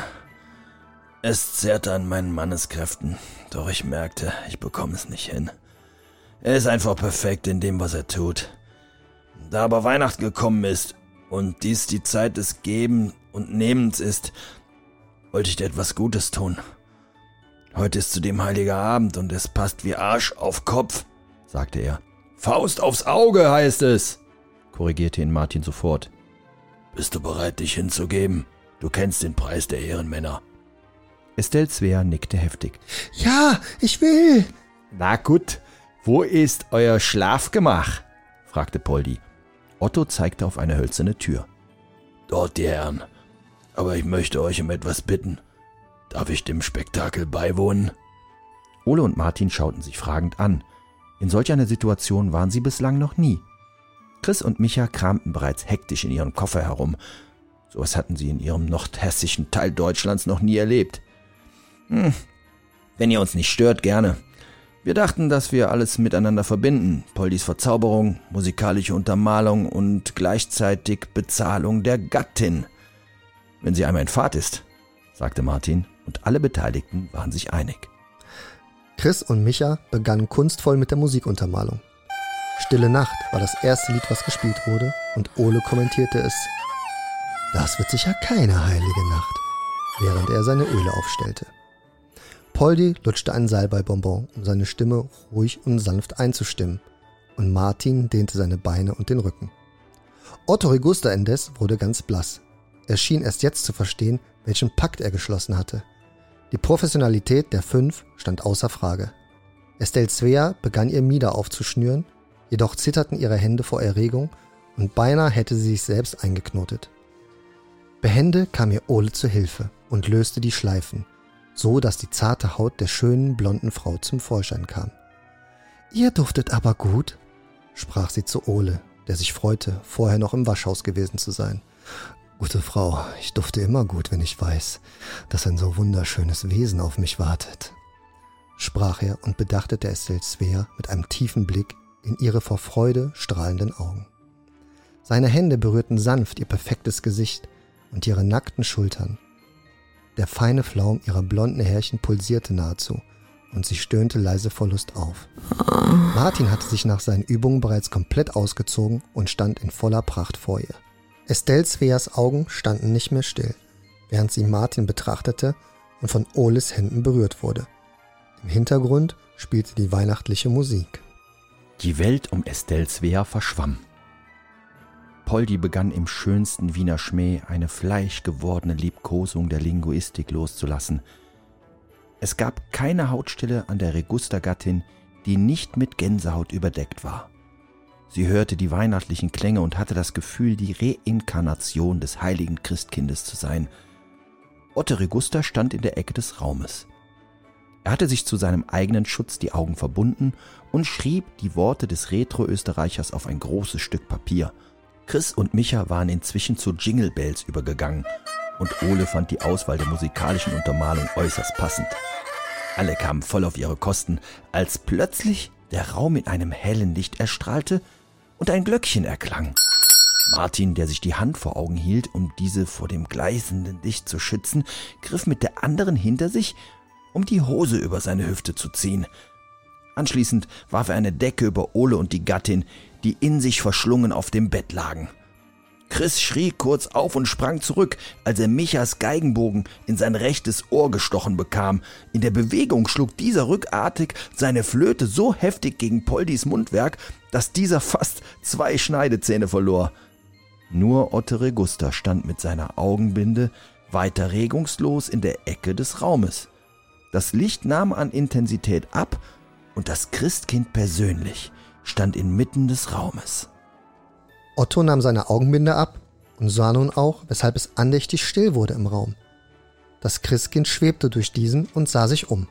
Es zehrte an meinen Manneskräften, doch ich merkte, ich bekomme es nicht hin. Er ist einfach perfekt in dem, was er tut. Da aber Weihnachten gekommen ist und dies die Zeit des Geben und Nehmens ist, wollte ich dir etwas Gutes tun. Heute ist zudem heiliger Abend und es passt wie Arsch auf Kopf«, sagte er. »Faust aufs Auge heißt es«, korrigierte ihn Martin sofort. »Bist du bereit, dich hinzugeben? Du kennst den Preis der Ehrenmänner.« Estelle Svea nickte heftig. »Ja, ich will.« »Na gut, wo ist euer Schlafgemach?« fragte Poldi. Otto zeigte auf eine hölzerne Tür. »Dort, die Herren. Aber ich möchte euch um etwas bitten. Darf ich dem Spektakel beiwohnen?« Ole und Martin schauten sich fragend an. In solch einer Situation waren sie bislang noch nie. Chris und Micha kramten bereits hektisch in ihrem Koffer herum. Sowas hatten sie in ihrem nordhessischen Teil Deutschlands noch nie erlebt. »Wenn ihr uns nicht stört, gerne. Wir dachten, dass wir alles miteinander verbinden. Poldis Verzauberung, musikalische Untermalung und gleichzeitig Bezahlung der Gattin. Wenn sie einmal in Fahrt ist, sagte Martin, und alle Beteiligten waren sich einig. Chris und Micha begannen kunstvoll mit der Musikuntermalung. Stille Nacht war das erste Lied, was gespielt wurde, und Ole kommentierte es. Das wird sicher keine heilige Nacht, während er seine Öle aufstellte. Poldi lutschte ein Salbeibonbon, um seine Stimme ruhig und sanft einzustimmen, und Martin dehnte seine Beine und den Rücken. Otto Regusta indes wurde ganz blass. Er schien erst jetzt zu verstehen, welchen Pakt er geschlossen hatte. Die Professionalität der 5 stand außer Frage. Estelle Svea begann ihr Mieder aufzuschnüren, jedoch zitterten ihre Hände vor Erregung und beinahe hätte sie sich selbst eingeknotet. Behende kam ihr Ole zu Hilfe und löste die Schleifen, so dass die zarte Haut der schönen, blonden Frau zum Vorschein kam. »Ihr duftet aber gut«, sprach sie zu Ole, der sich freute, vorher noch im Waschhaus gewesen zu sein. »Gute Frau, ich dufte immer gut, wenn ich weiß, dass ein so wunderschönes Wesen auf mich wartet«, sprach er und bedachtete Estelle Svea mit einem tiefen Blick in ihre vor Freude strahlenden Augen. Seine Hände berührten sanft ihr perfektes Gesicht und ihre nackten Schultern. Der feine Flaum ihrer blonden Härchen pulsierte nahezu, und sie stöhnte leise vor Lust auf. Martin hatte sich nach seinen Übungen bereits komplett ausgezogen und stand in voller Pracht vor ihr. Estelle Sveas Augen standen nicht mehr still, während sie Martin betrachtete und von Oles Händen berührt wurde. Im Hintergrund spielte die weihnachtliche Musik. Die Welt um Estelle Svea verschwamm. Poldi begann im schönsten Wiener Schmäh eine fleischgewordene Liebkosung der Linguistik loszulassen. Es gab keine Hautstelle an der Regusta-Gattin, die nicht mit Gänsehaut überdeckt war. Sie hörte die weihnachtlichen Klänge und hatte das Gefühl, die Reinkarnation des heiligen Christkindes zu sein. Otto Regusta stand in der Ecke des Raumes. Er hatte sich zu seinem eigenen Schutz die Augen verbunden und schrieb die Worte des Retro-Österreichers auf ein großes Stück Papier. Chris und Micha waren inzwischen zu Jingle Bells übergegangen und Ole fand die Auswahl der musikalischen Untermalung äußerst passend. Alle kamen voll auf ihre Kosten, als plötzlich der Raum in einem hellen Licht erstrahlte und ein Glöckchen erklang. Martin, der sich die Hand vor Augen hielt, um diese vor dem gleißenden Licht zu schützen, griff mit der anderen hinter sich, um die Hose über seine Hüfte zu ziehen. Anschließend warf er eine Decke über Ole und die Gattin, die in sich verschlungen auf dem Bett lagen. Chris schrie kurz auf und sprang zurück, als er Michas Geigenbogen in sein rechtes Ohr gestochen bekam. In der Bewegung schlug dieser rückartig seine Flöte so heftig gegen Poldis Mundwerk, dass dieser fast 2 Schneidezähne verlor. Nur Otto Regusta stand mit seiner Augenbinde weiter regungslos in der Ecke des Raumes. Das Licht nahm an Intensität ab und das Christkind persönlich stand inmitten des Raumes. Otto nahm seine Augenbinde ab und sah nun auch, weshalb es andächtig still wurde im Raum. Das Christkind schwebte durch diesen und sah sich um.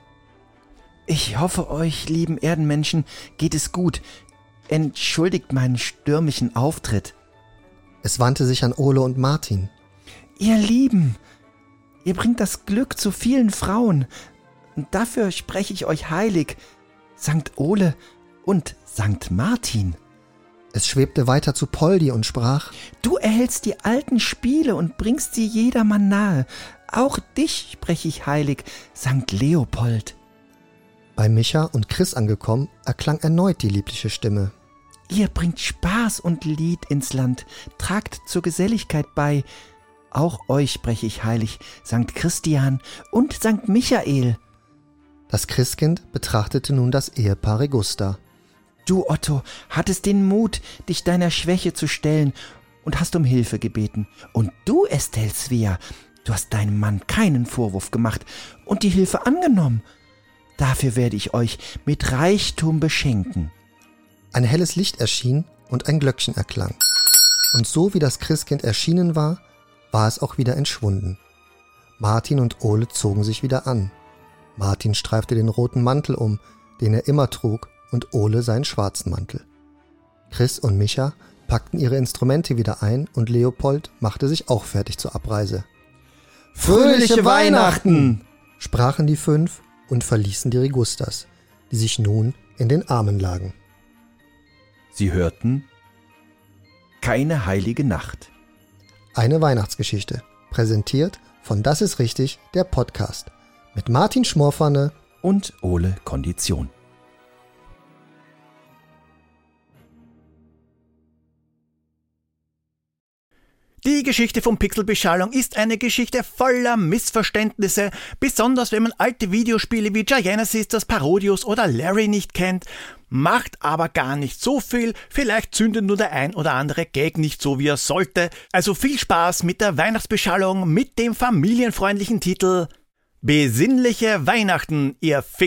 »Ich hoffe, euch lieben Erdenmenschen geht es gut. Entschuldigt meinen stürmischen Auftritt.« Es wandte sich an Ole und Martin. »Ihr Lieben, ihr bringt das Glück zu vielen Frauen. Und dafür spreche ich euch heilig, Sankt Ole und Sankt Martin.« Es schwebte weiter zu Poldi und sprach: »Du erhältst die alten Spiele und bringst sie jedermann nahe. Auch dich spreche ich heilig, Sankt Leopold.« Bei Micha und Chris angekommen, erklang erneut die liebliche Stimme. »Ihr bringt Spaß und Lied ins Land, tragt zur Geselligkeit bei. Auch euch spreche ich heilig, Sankt Christian und Sankt Michael.« Das Christkind betrachtete nun das Ehepaar Regusta. »Du, Otto, hattest den Mut, dich deiner Schwäche zu stellen und hast um Hilfe gebeten. Und du, Estelle Svea, du hast deinem Mann keinen Vorwurf gemacht und die Hilfe angenommen. Dafür werde ich euch mit Reichtum beschenken.« Ein helles Licht erschien und ein Glöckchen erklang. Und so wie das Christkind erschienen war, war es auch wieder entschwunden. Martin und Ole zogen sich wieder an. Martin streifte den roten Mantel um, den er immer trug, und Ole seinen schwarzen Mantel. Chris und Micha packten ihre Instrumente wieder ein und Leopold machte sich auch fertig zur Abreise. »Fröhliche Weihnachten!« sprachen die 5 und verließen die Regustas, die sich nun in den Armen lagen. Sie hörten Keine heilige Nacht. Eine Weihnachtsgeschichte, präsentiert von Das ist richtig, der Podcast, mit Martin Schmorpfanne und Ole Kondition. Die Geschichte von Pixelbeschallung ist eine Geschichte voller Missverständnisse, besonders wenn man alte Videospiele wie Giana Sisters, Parodius oder Larry nicht kennt, macht aber gar nicht so viel, vielleicht zündet nur der ein oder andere Gag nicht so wie er sollte. Also viel Spaß mit der Weihnachtsbeschallung mit dem familienfreundlichen Titel Besinnliche Weihnachten, ihr Fick...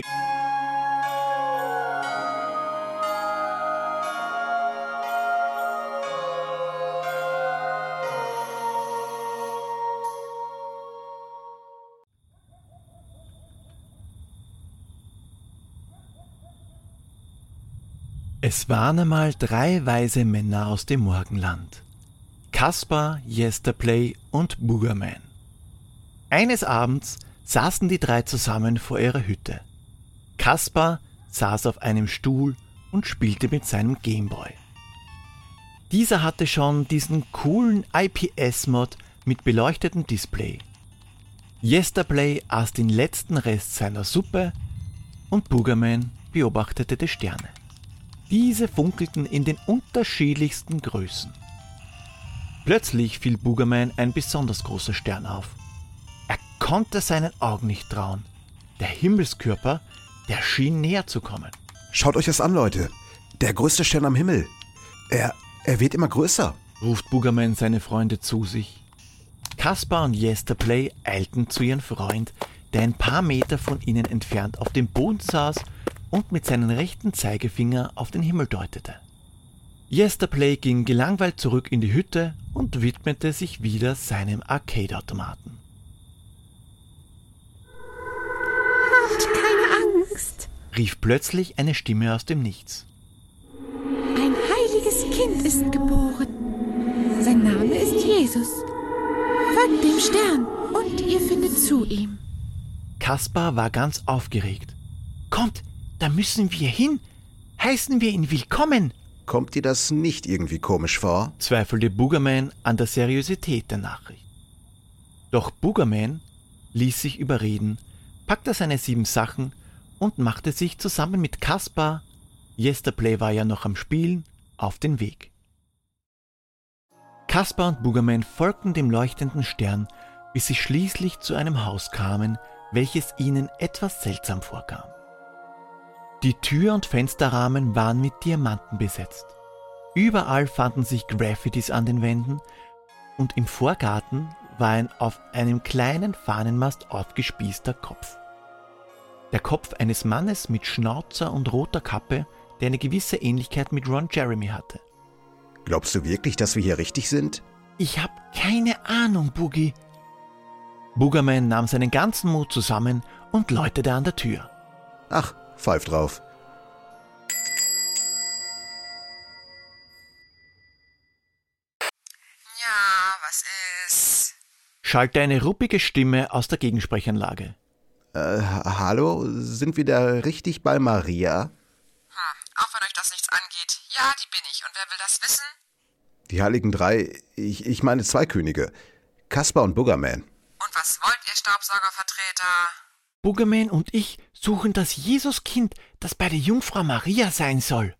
Es waren einmal 3 weise Männer aus dem Morgenland. Kaspar, Yesterplay und Boogerman. Eines Abends saßen die 3 zusammen vor ihrer Hütte. Kaspar saß auf einem Stuhl und spielte mit seinem Gameboy. Dieser hatte schon diesen coolen IPS-Mod mit beleuchtetem Display. Yesterplay aß den letzten Rest seiner Suppe und Boogerman beobachtete die Sterne. Diese funkelten in den unterschiedlichsten Größen. Plötzlich fiel Boogerman ein besonders großer Stern auf. Er konnte seinen Augen nicht trauen. Der Himmelskörper, der schien näher zu kommen. Schaut euch das an, Leute. Der größte Stern am Himmel. Er wird immer größer, ruft Boogerman seine Freunde zu sich. Kaspar und Yesterplay eilten zu ihrem Freund, der ein paar Meter von ihnen entfernt auf dem Boden saß und mit seinem rechten Zeigefinger auf den Himmel deutete. Yesterplay ging gelangweilt zurück in die Hütte und widmete sich wieder seinem Arcade-Automaten. Habt keine Angst, rief plötzlich eine Stimme aus dem Nichts. Ein heiliges Kind ist geboren. Sein Name ist Jesus. Folgt dem Stern und ihr findet zu ihm. Kaspar war ganz aufgeregt. Kommt, da müssen wir hin. Heißen wir ihn willkommen. Kommt dir das nicht irgendwie komisch vor? Zweifelte Boogerman an der Seriosität der Nachricht. Doch Boogerman ließ sich überreden, packte seine 7 Sachen und machte sich zusammen mit Kaspar, Yesterplay war ja noch am Spielen, auf den Weg. Kaspar und Boogerman folgten dem leuchtenden Stern, bis sie schließlich zu einem Haus kamen, welches ihnen etwas seltsam vorkam. Die Tür- und Fensterrahmen waren mit Diamanten besetzt. Überall fanden sich Graffitis an den Wänden und im Vorgarten war ein auf einem kleinen Fahnenmast aufgespießter Kopf. Der Kopf eines Mannes mit Schnauzer und roter Kappe, der eine gewisse Ähnlichkeit mit Ron Jeremy hatte. Glaubst du wirklich, dass wir hier richtig sind? Ich hab keine Ahnung, Boogie. Boogerman nahm seinen ganzen Mut zusammen und läutete an der Tür. Ach, pfeif drauf. Ja, was ist? Schallte eine ruppige Stimme aus der Gegensprechanlage. Hallo, sind wir da richtig bei Maria? Auch wenn euch das nichts angeht. Ja, die bin ich. Und wer will das wissen? Die heiligen 3, ich meine 2 Könige. Kaspar und Boogerman. Und was wollt ihr, Staubsaugervertreter? Boogerman und ich suchen das Jesuskind, das bei der Jungfrau Maria sein soll.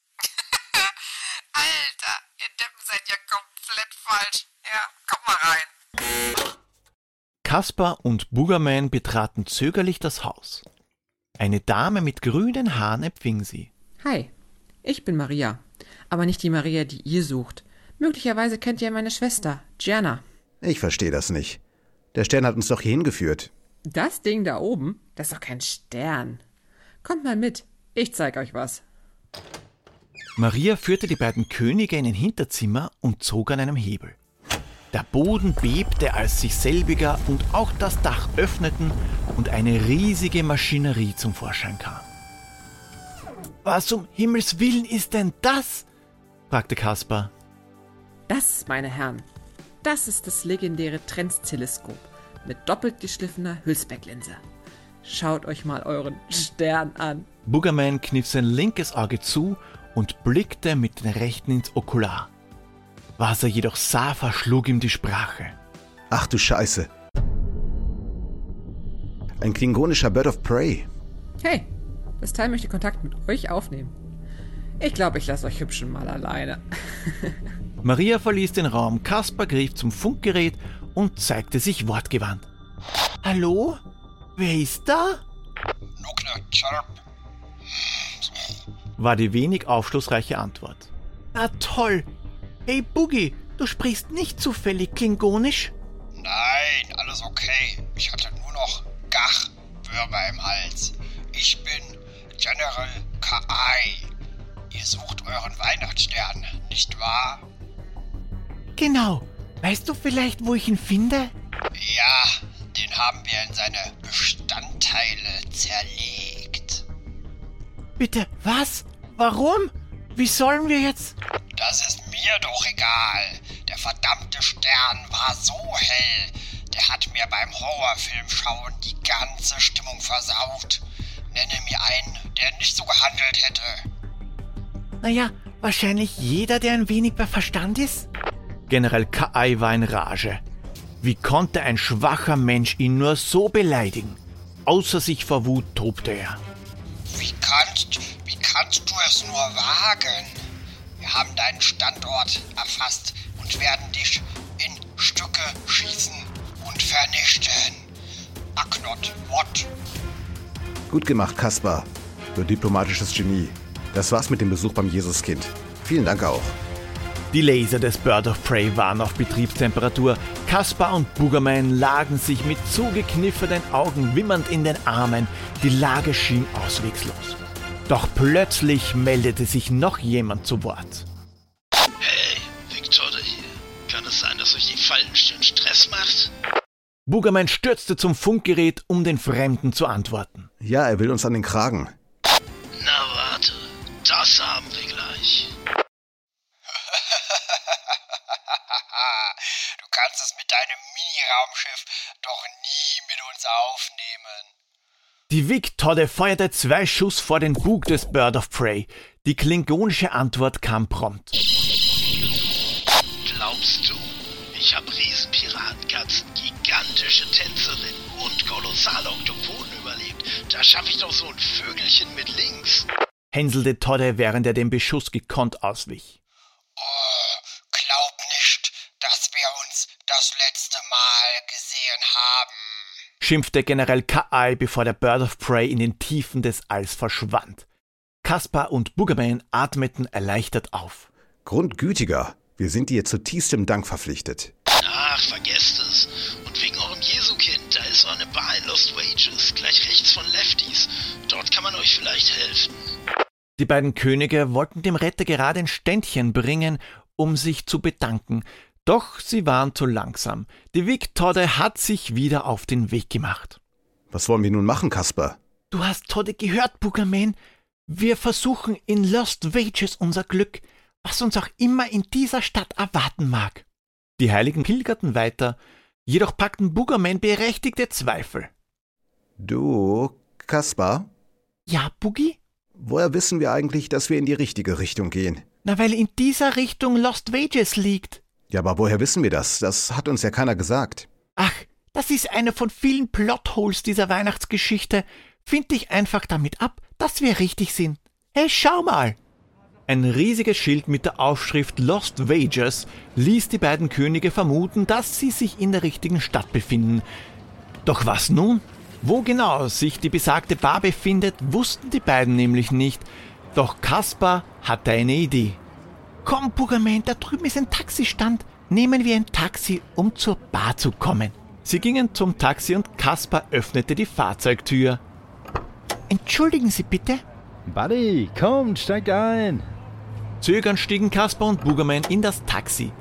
Alter, ihr Deppen seid ja komplett falsch. Ja, kommt mal rein. Kaspar und Boogerman betraten zögerlich das Haus. Eine Dame mit grünen Haaren empfing sie. Hi, ich bin Maria. Aber nicht die Maria, die ihr sucht. Möglicherweise kennt ihr meine Schwester, Gianna. Ich verstehe das nicht. Der Stern hat uns doch hier hingeführt. Das Ding da oben, das ist doch kein Stern. Kommt mal mit, ich zeig euch was. Maria führte die beiden Könige in ein Hinterzimmer und zog an einem Hebel. Der Boden bebte, als sich selbiger und auch das Dach öffneten und eine riesige Maschinerie zum Vorschein kam. Was um Himmels Willen ist denn das? Fragte Kaspar. Das, meine Herren, das ist das legendäre Trends-Teleskop mit doppelt geschliffener Hülsbecklinse. Schaut euch mal euren Stern an. Boogerman kniff sein linkes Auge zu und blickte mit dem rechten ins Okular. Was er jedoch sah, verschlug ihm die Sprache. Ach du Scheiße. Ein klingonischer Bird of Prey. Hey, das Teil möchte Kontakt mit euch aufnehmen. Ich glaube, ich lasse euch Hübschen mal alleine. Maria verließ den Raum, Kaspar griff zum Funkgerät und zeigte sich wortgewandt. Hallo? Wer ist da? War die wenig aufschlussreiche Antwort. Na toll. Hey Boogie, du sprichst nicht zufällig Klingonisch? Nein, alles okay. Ich hatte nur noch Würmer im Hals. Ich bin General Ka-Ai. Ihr sucht euren Weihnachtsstern, nicht wahr? Genau. Weißt du vielleicht, wo ich ihn finde? Ja, den haben wir in seine Bestandteile zerlegt. Bitte, was? Warum? Wie sollen wir jetzt... Das ist mir doch egal. Der verdammte Stern war so hell. Der hat mir beim Horrorfilm schauen die ganze Stimmung versaut. Nenne mir einen, der nicht so gehandelt hätte. Naja, wahrscheinlich jeder, der ein wenig bei Verstand ist? General Ka-Ai war in Rage. Wie konnte ein schwacher Mensch ihn nur so beleidigen? Außer sich vor Wut tobte er. Wie kannst du es nur wagen? Wir haben deinen Standort erfasst und werden dich in Stücke schießen und vernichten. Aknot, what? Gut gemacht, Kaspar. Du diplomatisches Genie. Das war's mit dem Besuch beim Jesuskind. Vielen Dank auch. Die Laser des Bird of Prey waren auf Betriebstemperatur. Kaspar und Boogerman lagen sich mit zugekniffenen Augen wimmernd in den Armen. Die Lage schien auswegslos. Doch plötzlich meldete sich noch jemand zu Wort. Hey, Victoria hier. Kann es sein, dass euch die Fallenstirn Stress macht? Boogerman stürzte zum Funkgerät, um den Fremden zu antworten. Ja, er will uns an den Kragen. Na warte, das haben wir gleich. Du kannst es mit deinem Mini-Raumschiff doch nie mit uns aufnehmen. Die Victodde feuerte 2 Schuss vor den Bug des Bird of Prey. Die klingonische Antwort kam prompt. Glaubst du, ich habe Riesenpiratenkatzen, gigantische Tänzerinnen und kolossale Oktopoden überlebt? Da schaffe ich doch so ein Vögelchen mit links. Hänselte Todde, während er dem Beschuss gekonnt auswich. Glaub nicht, dass wir uns das letzte Mal gesehen haben. Schimpfte General Ka-Ai, bevor der Bird of Prey in den Tiefen des Alls verschwand. Kaspar und Boogerman atmeten erleichtert auf. Grundgütiger, wir sind dir zutiefstem Dank verpflichtet. Ach, vergesst es. Und wegen eurem Jesukind, da ist noch eine Bar in Lost Wages, gleich rechts von Lefties. Dort kann man euch vielleicht helfen. Die beiden Könige wollten dem Retter gerade ein Ständchen bringen, um sich zu bedanken. Doch sie waren zu langsam. Die Victodde hat sich wieder auf den Weg gemacht. Was wollen wir nun machen, Kaspar? Du hast Todde gehört, Boogerman. Wir versuchen in Lost Wages unser Glück, was uns auch immer in dieser Stadt erwarten mag. Die Heiligen pilgerten weiter, jedoch packten Boogerman berechtigte Zweifel. Du, Kaspar? Ja, Boogie? Woher wissen wir eigentlich, dass wir in die richtige Richtung gehen? Na, weil in dieser Richtung Lost Wages liegt. Ja, aber woher wissen wir das? Das hat uns ja keiner gesagt. Ach, das ist einer von vielen Plotholes dieser Weihnachtsgeschichte. Find dich einfach damit ab, dass wir richtig sind. Hey, schau mal! Ein riesiges Schild mit der Aufschrift Lost Wages ließ die beiden Könige vermuten, dass sie sich in der richtigen Stadt befinden. Doch was nun? Wo genau sich die besagte Bar befindet, wussten die beiden nämlich nicht. Doch Kaspar hatte eine Idee. Komm, Boogerman, da drüben ist ein Taxistand. Nehmen wir ein Taxi, um zur Bar zu kommen. Sie gingen zum Taxi und Kaspar öffnete die Fahrzeugtür. Entschuldigen Sie bitte? Buddy, komm, steig ein. Zögernd stiegen Kaspar und Boogerman in das Taxi.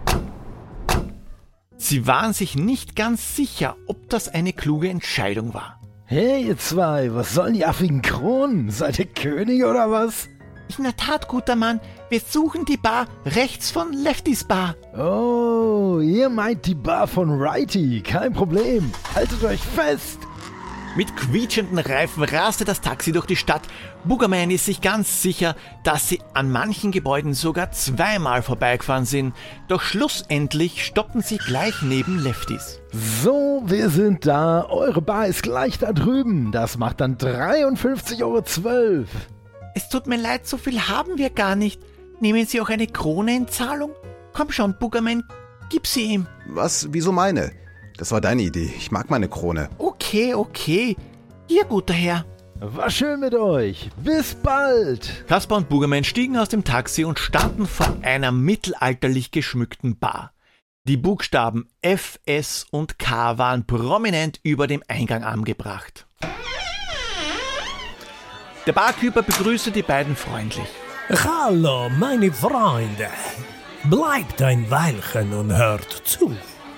Sie waren sich nicht ganz sicher, ob das eine kluge Entscheidung war. Hey, ihr zwei, was sollen die affigen Kronen? Seid ihr Könige oder was? In der Tat, guter Mann, wir suchen die Bar rechts von Lefties Bar. Oh, ihr meint die Bar von Righty, kein Problem. Haltet euch fest. Mit quietschenden Reifen raste das Taxi durch die Stadt. Boogerman ist sich ganz sicher, dass sie an manchen Gebäuden sogar zweimal vorbeigefahren sind. Doch schlussendlich stoppen sie gleich neben Lefties. So, wir sind da. Eure Bar ist gleich da drüben. Das macht dann 53,12 €. Es tut mir leid, so viel haben wir gar nicht. Nehmen Sie auch eine Krone in Zahlung? Komm schon, Boogerman, gib sie ihm. Was? Wieso meine? Das war deine Idee. Ich mag meine Krone. Okay. Hier, guter Herr. War schön mit euch. Bis bald. Kaspar und Boogerman stiegen aus dem Taxi und standen vor einer mittelalterlich geschmückten Bar. Die Buchstaben F, S und K waren prominent über dem Eingang angebracht. Der Barkeeper begrüßte die beiden freundlich. Hallo, meine Freunde. Bleibt ein Weilchen und hört zu.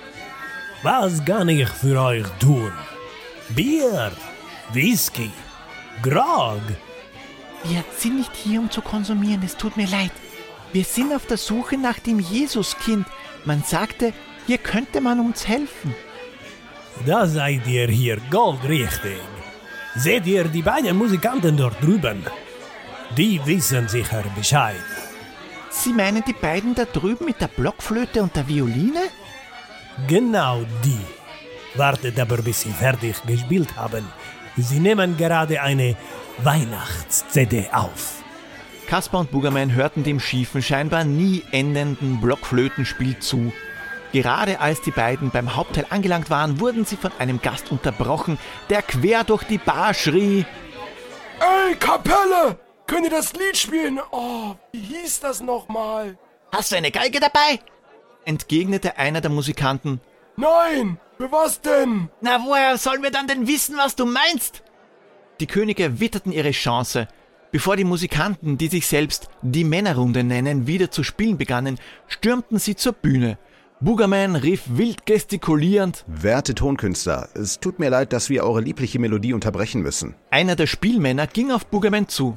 Was kann ich für euch tun? Bier, Whisky, Grog? Wir sind nicht hier, um zu konsumieren, es tut mir leid. Wir sind auf der Suche nach dem Jesuskind. Man sagte, hier könnte man uns helfen. Da seid ihr hier goldrichtig. Seht ihr die beiden Musikanten dort drüben? Die wissen sicher Bescheid. Sie meinen die beiden da drüben mit der Blockflöte und der Violine? Genau die. Wartet aber, bis sie fertig gespielt haben. Sie nehmen gerade eine Weihnachts-CD auf. Kaspar und Boogerman hörten dem schiefen, scheinbar nie endenden Blockflötenspiel zu. Gerade als die beiden beim Hauptteil angelangt waren, wurden sie von einem Gast unterbrochen, der quer durch die Bar schrie: Ey, Kapelle! Könnt ihr das Lied spielen? Oh, wie hieß das nochmal? Hast du eine Geige dabei? Entgegnete einer der Musikanten. Nein, für was denn? Na, woher sollen wir dann denn wissen, was du meinst? Die Könige witterten ihre Chance. Bevor die Musikanten, die sich selbst die Männerrunde nennen, wieder zu spielen begannen, stürmten sie zur Bühne. Boogerman rief wild gestikulierend: Werte Tonkünstler, es tut mir leid, dass wir eure liebliche Melodie unterbrechen müssen. Einer der Spielmänner ging auf Boogerman zu.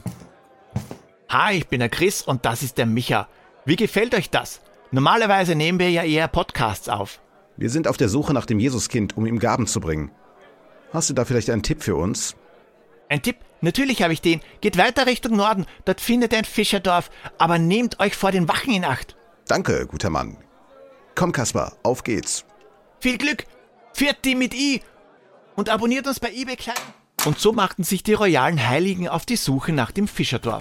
Hi, ich bin der Chris und das ist der Micha. Wie gefällt euch das? Normalerweise nehmen wir ja eher Podcasts auf. Wir sind auf der Suche nach dem Jesuskind, um ihm Gaben zu bringen. Hast du da vielleicht einen Tipp für uns? Ein Tipp? Natürlich habe ich den. Geht weiter Richtung Norden, dort findet ihr ein Fischerdorf, aber nehmt euch vor den Wachen in Acht. Danke, guter Mann. Komm, Kaspar, auf geht's. Viel Glück, Pfiat mit I und abonniert uns bei eBay Klein. Und so machten sich die royalen Heiligen auf die Suche nach dem Fischerdorf.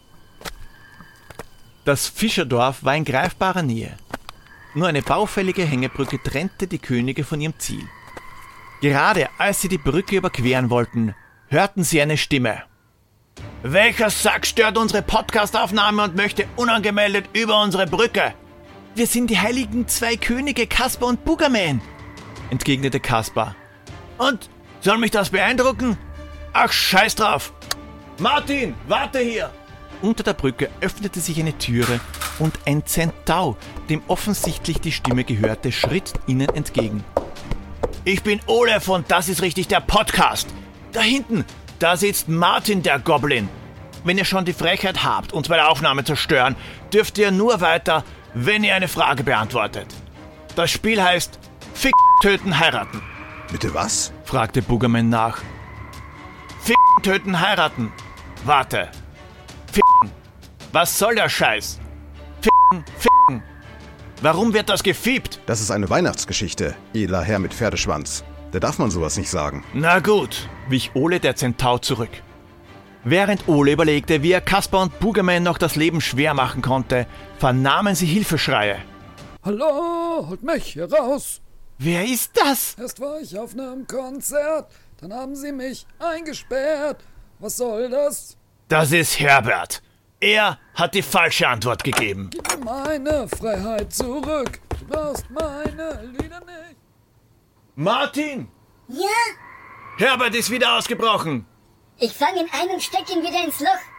Das Fischerdorf war in greifbarer Nähe. Nur eine baufällige Hängebrücke trennte die Könige von ihrem Ziel. Gerade als sie die Brücke überqueren wollten, hörten sie eine Stimme. Welcher Sack stört unsere Podcastaufnahme und möchte unangemeldet über unsere Brücke? Wir sind die heiligen zwei Könige, Kaspar und Boogerman, entgegnete Kaspar. Und? Soll mich das beeindrucken? Ach, scheiß drauf! Martin, warte hier! Unter der Brücke öffnete sich eine Türe und ein Zentau, dem offensichtlich die Stimme gehörte, schritt ihnen entgegen. Ich bin Olaf und das ist richtig der Podcast. Da hinten, da sitzt Martin, der Goblin. Wenn ihr schon die Frechheit habt, uns bei der Aufnahme zu stören, dürft ihr nur weiter, wenn ihr eine Frage beantwortet. Das Spiel heißt Fick, Töten, Heiraten. Bitte was? Fragte Boogerman nach. Fick, Töten, Heiraten. Warte. Ficken. Was soll der Scheiß? Ficken, ficken. Warum wird das gefiebt? Das ist eine Weihnachtsgeschichte, edler Herr mit Pferdeschwanz. Da darf man sowas nicht sagen. Na gut, wich Ole der Zentau zurück. Während Ole überlegte, wie er Kaspar und Boogerman noch das Leben schwer machen konnte, vernahmen sie Hilfeschreie. Hallo, holt mich hier raus. Wer ist das? Erst war ich auf einem Konzert, dann haben sie mich eingesperrt. Was soll das? Das ist Herbert. Er hat die falsche Antwort gegeben. Gib mir meine Freiheit zurück. Du brauchst meine Lieder nicht. Martin! Ja? Herbert ist wieder ausgebrochen. Ich fange ihn ein und steck ihn wieder ins Loch.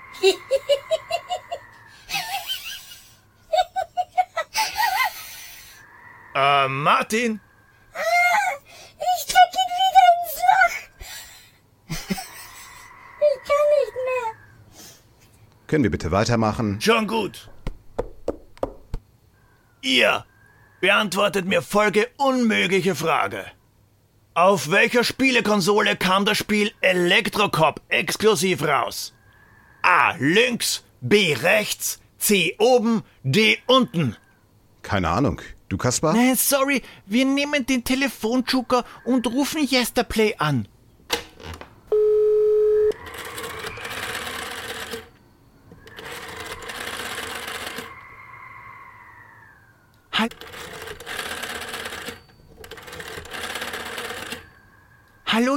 Martin? Ich steck ihn wieder ins Loch. Ich kann nicht mehr. Können wir bitte weitermachen? Schon gut. Ihr beantwortet mir folgende unmögliche Frage. Auf welcher Spielekonsole kam das Spiel Electrocop exklusiv raus? A. Links, B. rechts, C. oben, D. unten. Keine Ahnung. Du, Kaspar? Nein, sorry, wir nehmen den Telefonjoker und rufen Yesterplay an. Hallo?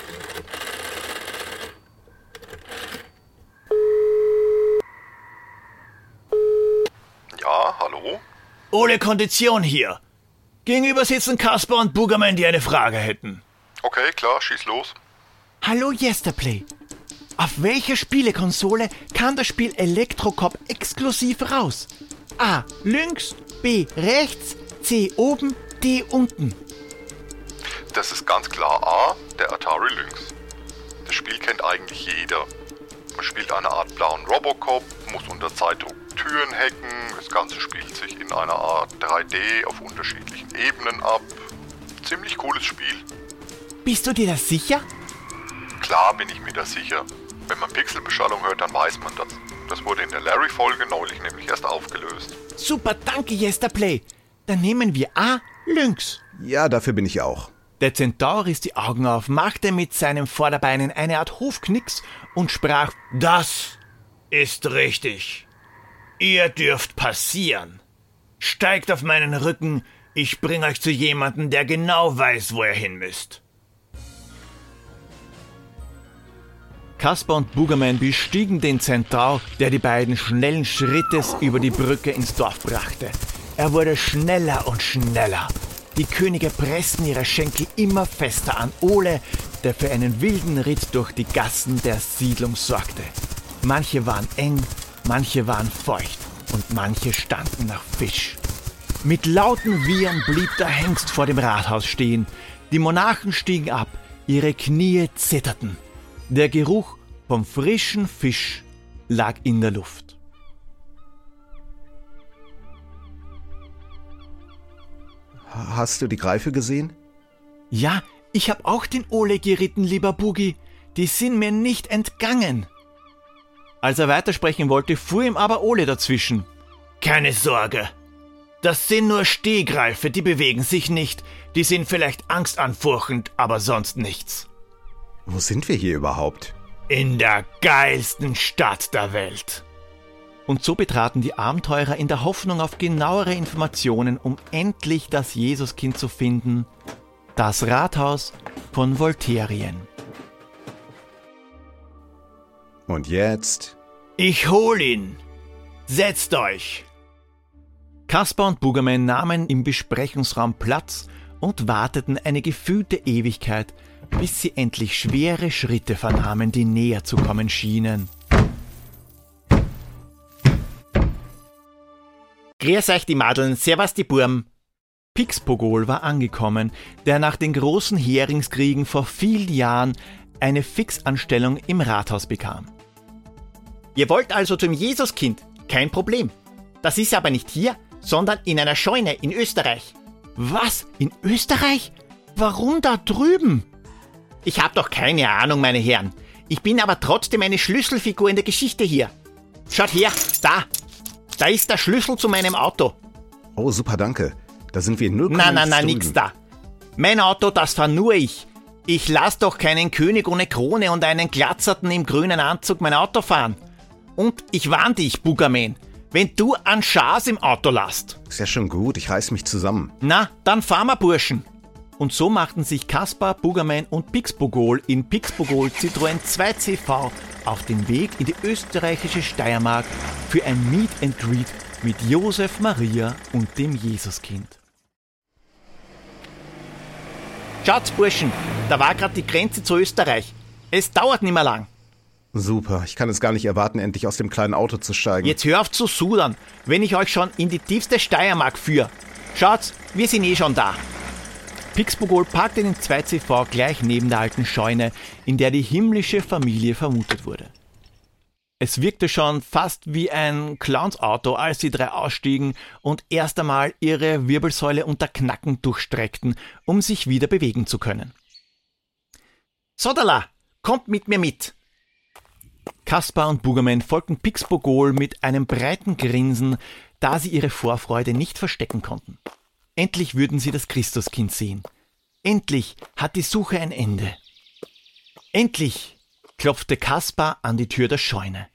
Ja, hallo? Ole Kondition hier. Gegenüber sitzen Kaspar und Boogerman, die eine Frage hätten. Okay, klar, schieß los. Hallo Yesterplay. Auf welcher Spielekonsole kam das Spiel Electrocop exklusiv raus? A. links, B. rechts, C. oben, D. unten. Das ist ganz klar A, der Atari Lynx. Das Spiel kennt eigentlich jeder. Man spielt eine Art blauen Robocop, muss unter Zeitdruck Türen hacken, das Ganze spielt sich in einer Art 3D auf unterschiedlichen Ebenen ab. Ziemlich cooles Spiel. Bist du dir das sicher? Klar bin ich mir das sicher. Wenn man Pixelbeschallung hört, dann weiß man das. Das wurde in der Larry-Folge neulich nämlich erst aufgelöst. Super, danke Yesterplay. Dann nehmen wir A. links. Ja, dafür bin ich auch. Der Zentaur riss die Augen auf, machte mit seinen Vorderbeinen eine Art Hufknicks und sprach: Das ist richtig. Ihr dürft passieren. Steigt auf meinen Rücken, ich bring euch zu jemandem, der genau weiß, wo ihr hin müsst. Kaspar und Boogerman bestiegen den Zentaur, der die beiden schnellen Schrittes über die Brücke ins Dorf brachte. Er wurde schneller und schneller. Die Könige pressten ihre Schenkel immer fester an Ole, der für einen wilden Ritt durch die Gassen der Siedlung sorgte. Manche waren eng, manche waren feucht und manche standen nach Fisch. Mit lauten Wiehern blieb der Hengst vor dem Rathaus stehen. Die Monarchen stiegen ab, ihre Knie zitterten. Der Geruch vom frischen Fisch lag in der Luft. Hast du die Greife gesehen? Ja, ich hab auch den Ole geritten, lieber Boogie. Die sind mir nicht entgangen. Als er weitersprechen wollte, fuhr ihm aber Ole dazwischen. Keine Sorge. Das sind nur Stehgreife, die bewegen sich nicht. Die sind vielleicht angstanfurchend, aber sonst nichts. Wo sind wir hier überhaupt? In der geilsten Stadt der Welt. Und so betraten die Abenteurer in der Hoffnung auf genauere Informationen, um endlich das Jesuskind zu finden, das Rathaus von Volterien. Und jetzt? Ich hol ihn! Setzt euch! Kaspar und Boogerman nahmen im Besprechungsraum Platz und warteten eine gefühlte Ewigkeit, bis sie endlich schwere Schritte vernahmen, die näher zu kommen schienen. Grüß euch die Madeln, servus die Burm. Pixpogol war angekommen, der nach den großen Heringskriegen vor vielen Jahren eine Fixanstellung im Rathaus bekam. Ihr wollt also zum Jesuskind? Kein Problem. Das ist aber nicht hier, sondern in einer Scheune in Österreich. Was? In Österreich? Warum da drüben? Ich hab doch keine Ahnung, meine Herren. Ich bin aber trotzdem eine Schlüsselfigur in der Geschichte hier. Schaut her, da. Da ist der Schlüssel zu meinem Auto. Oh, super, danke. Da sind wir nur Nein, nix da. Mein Auto, das fahr nur ich. Ich lass doch keinen König ohne Krone und einen Glatzerten im grünen Anzug mein Auto fahren. Und ich warn dich, Boogerman, wenn du einen Schaß im Auto lasst. Ist ja schon gut, ich reiß mich zusammen. Na, dann fahren wir, Burschen. Und so machten sich Kaspar, Boogerman und Pixpogol in Pixpogol Citroën 2CV auf den Weg in die österreichische Steiermark für ein Meet and Greet mit Josef, Maria und dem Jesuskind. Schaut's, Burschen, da war gerade die Grenze zu Österreich. Es dauert nicht mehr lang. Super, ich kann es gar nicht erwarten, endlich aus dem kleinen Auto zu steigen. Jetzt hör auf zu sudern, wenn ich euch schon in die tiefste Steiermark führe. Schaut's, wir sind eh schon da. Pixpogol parkte den 2CV gleich neben der alten Scheune, in der die himmlische Familie vermutet wurde. Es wirkte schon fast wie ein Clownsauto, als die drei ausstiegen und erst einmal ihre Wirbelsäule unter Knacken durchstreckten, um sich wieder bewegen zu können. Sodala, kommt mit mir mit! Kaspar und Boogerman folgten Pixbogol mit einem breiten Grinsen, da sie ihre Vorfreude nicht verstecken konnten. Endlich würden sie das Christuskind sehen. Endlich hat die Suche ein Ende. Endlich klopfte Kaspar an die Tür der Scheune.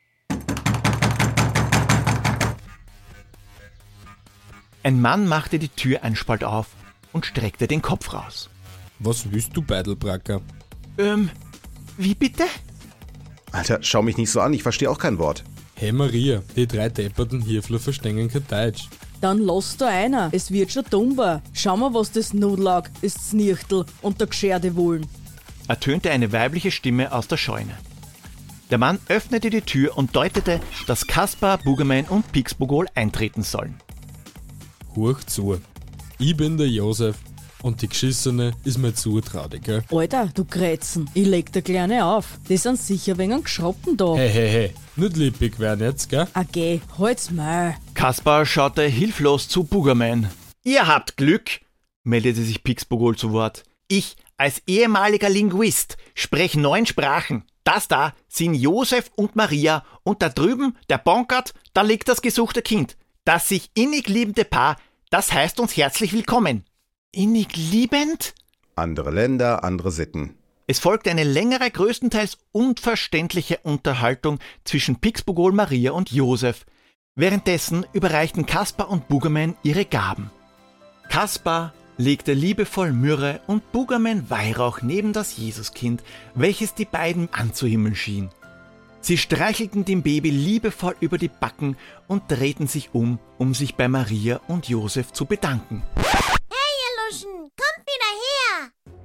Ein Mann machte die Tür einen Spalt auf und streckte den Kopf raus. Was willst du, Beidelbracker? Wie bitte? Alter, schau mich nicht so an, ich verstehe auch kein Wort. Hey Maria, die 3 depperten Hirfler verstehen kein Deutsch. Dann lass da einer, es wird schon dummer. Schau mal, was das Nudlag, das Znirchtel und der Gescherde wollen. Ertönte eine weibliche Stimme aus der Scheune. Der Mann öffnete die Tür und deutete, dass Kaspar, Boogerman und Pixbogol eintreten sollen. Hurch zu. Ich bin der Josef und die Geschissene ist mir zutraudig, gell? Alter, du Grätzen, ich leg dir Kleine auf. Die sind sicher wegen einem Geschroppen da. Hey, nicht lippig werden jetzt, gell? Okay, halt's mal. Kaspar schaute hilflos zu Boogerman. Ihr habt Glück, meldete sich Pixbogol zu Wort. Ich, als ehemaliger Linguist, spreche 9 Sprachen. Das da sind Josef und Maria und da drüben, der Bonkert, da liegt das gesuchte Kind. Das sich innig liebende Paar, das heißt uns herzlich willkommen. Innig liebend? Andere Länder, andere Sitten. Es folgte eine längere, größtenteils unverständliche Unterhaltung zwischen Pixbogol, Maria und Josef. Währenddessen überreichten Kaspar und Boogerman ihre Gaben. Kaspar legte liebevoll Myrrhe und Boogerman Weihrauch neben das Jesuskind, welches die beiden anzuhimmeln schien. Sie streichelten dem Baby liebevoll über die Backen und drehten sich um sich bei Maria und Josef zu bedanken. Kommt wieder her!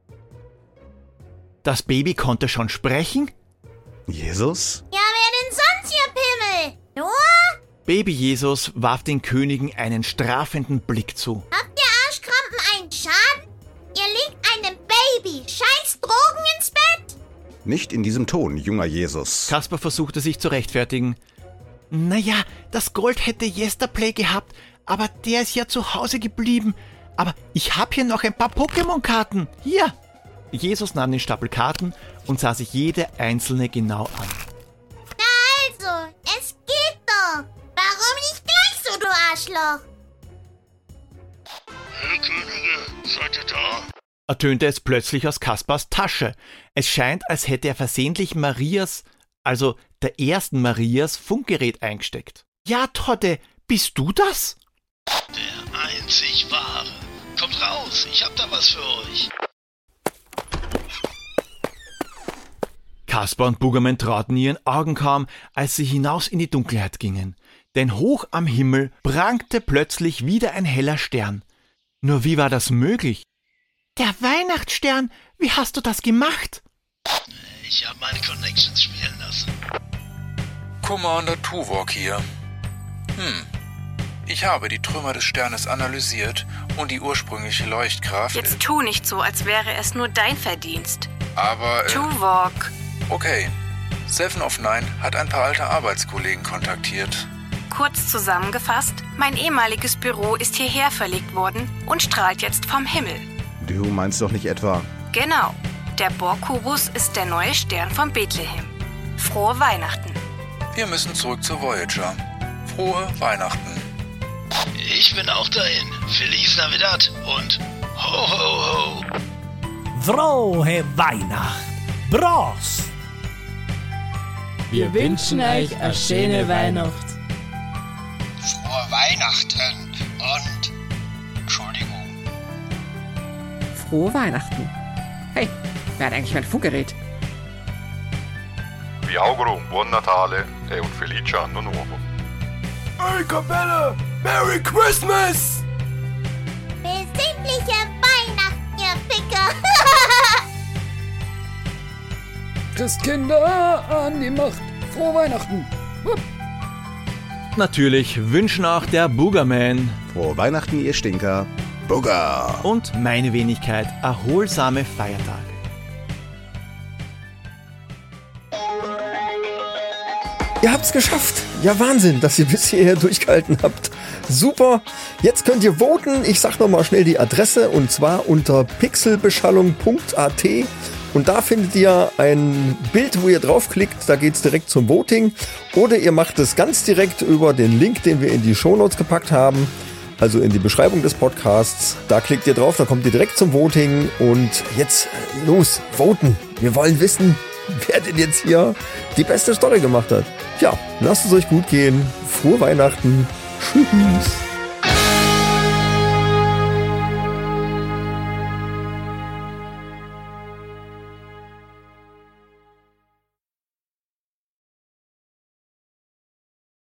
Das Baby konnte schon sprechen? Jesus? Ja, wer denn sonst, ihr Pimmel? Nur? Baby Jesus warf den Königen einen strafenden Blick zu. Habt ihr Arschkrampen einen Schaden? Ihr legt einem Baby scheiß Drogen ins Bett? Nicht in diesem Ton, junger Jesus. Kaspar versuchte sich zu rechtfertigen. Naja, das Gold hätte Yesterplay gehabt, aber der ist ja zu Hause geblieben. Aber ich hab hier noch ein paar Pokémon-Karten. Hier! Jesus nahm den Stapel Karten und sah sich jede einzelne genau an. Na also, es geht doch. Warum nicht gleich so, du Arschloch? Hey Könige, seid ihr da? Ertönte es plötzlich aus Kaspars Tasche. Es scheint, als hätte er versehentlich Marias, also der ersten Marias, Funkgerät eingesteckt. Ja, Todde, bist du das? Der einzig wahre. Kommt raus, ich hab da was für euch. Kaspar und Boogerman trauten ihren Augen kaum, als sie hinaus in die Dunkelheit gingen. Denn hoch am Himmel prangte plötzlich wieder ein heller Stern. Nur wie war das möglich? Der Weihnachtsstern, wie hast du das gemacht? Ich hab meine Connections spielen lassen. Commander Tuvok hier. Ich habe die Trümmer des Sternes analysiert und die ursprüngliche Leuchtkraft... Jetzt tu nicht so, als wäre es nur dein Verdienst. Aber... Tuvok. Okay. 7 of 9 hat ein paar alte Arbeitskollegen kontaktiert. Kurz zusammengefasst, mein ehemaliges Büro ist hierher verlegt worden und strahlt jetzt vom Himmel. Du meinst doch nicht etwa... Genau. Der Borg-Kubus ist der neue Stern von Bethlehem. Frohe Weihnachten. Wir müssen zurück zur Voyager. Frohe Weihnachten. Ich bin auch dahin. Feliz Navidad und ho ho ho. Frohe Weihnacht. Prost. Wir wünschen euch eine schöne Weihnacht. Frohe Weihnachten und... Entschuldigung. Frohe Weihnachten. Hey, wer hat eigentlich mein Funkgerät? Vi auguro un buon Natale e un felice anno nuovo. Hey, Kapelle! Merry Christmas! Besinnliche Weihnachten, ihr Ficker! Christkinder an die Macht! Frohe Weihnachten! Hup. Natürlich wünschen auch der Boogerman. Frohe Weihnachten, ihr Stinker. Booger! Und meine Wenigkeit erholsame Feiertage. Ihr habt's geschafft. Ja, Wahnsinn, dass ihr bis hierher durchgehalten habt. Super. Jetzt könnt ihr voten. Ich sag nochmal schnell die Adresse und zwar unter pixelbeschallung.at Und da findet ihr ein Bild, wo ihr draufklickt, da geht's direkt zum Voting. Oder ihr macht es ganz direkt über den Link, den wir in die Shownotes gepackt haben, also in die Beschreibung des Podcasts. Da klickt ihr drauf, da kommt ihr direkt zum Voting. Und jetzt los, voten. Wir wollen wissen, wer denn jetzt hier die beste Story gemacht hat. Ja, lasst es euch gut gehen. Frohe Weihnachten. Tschüss.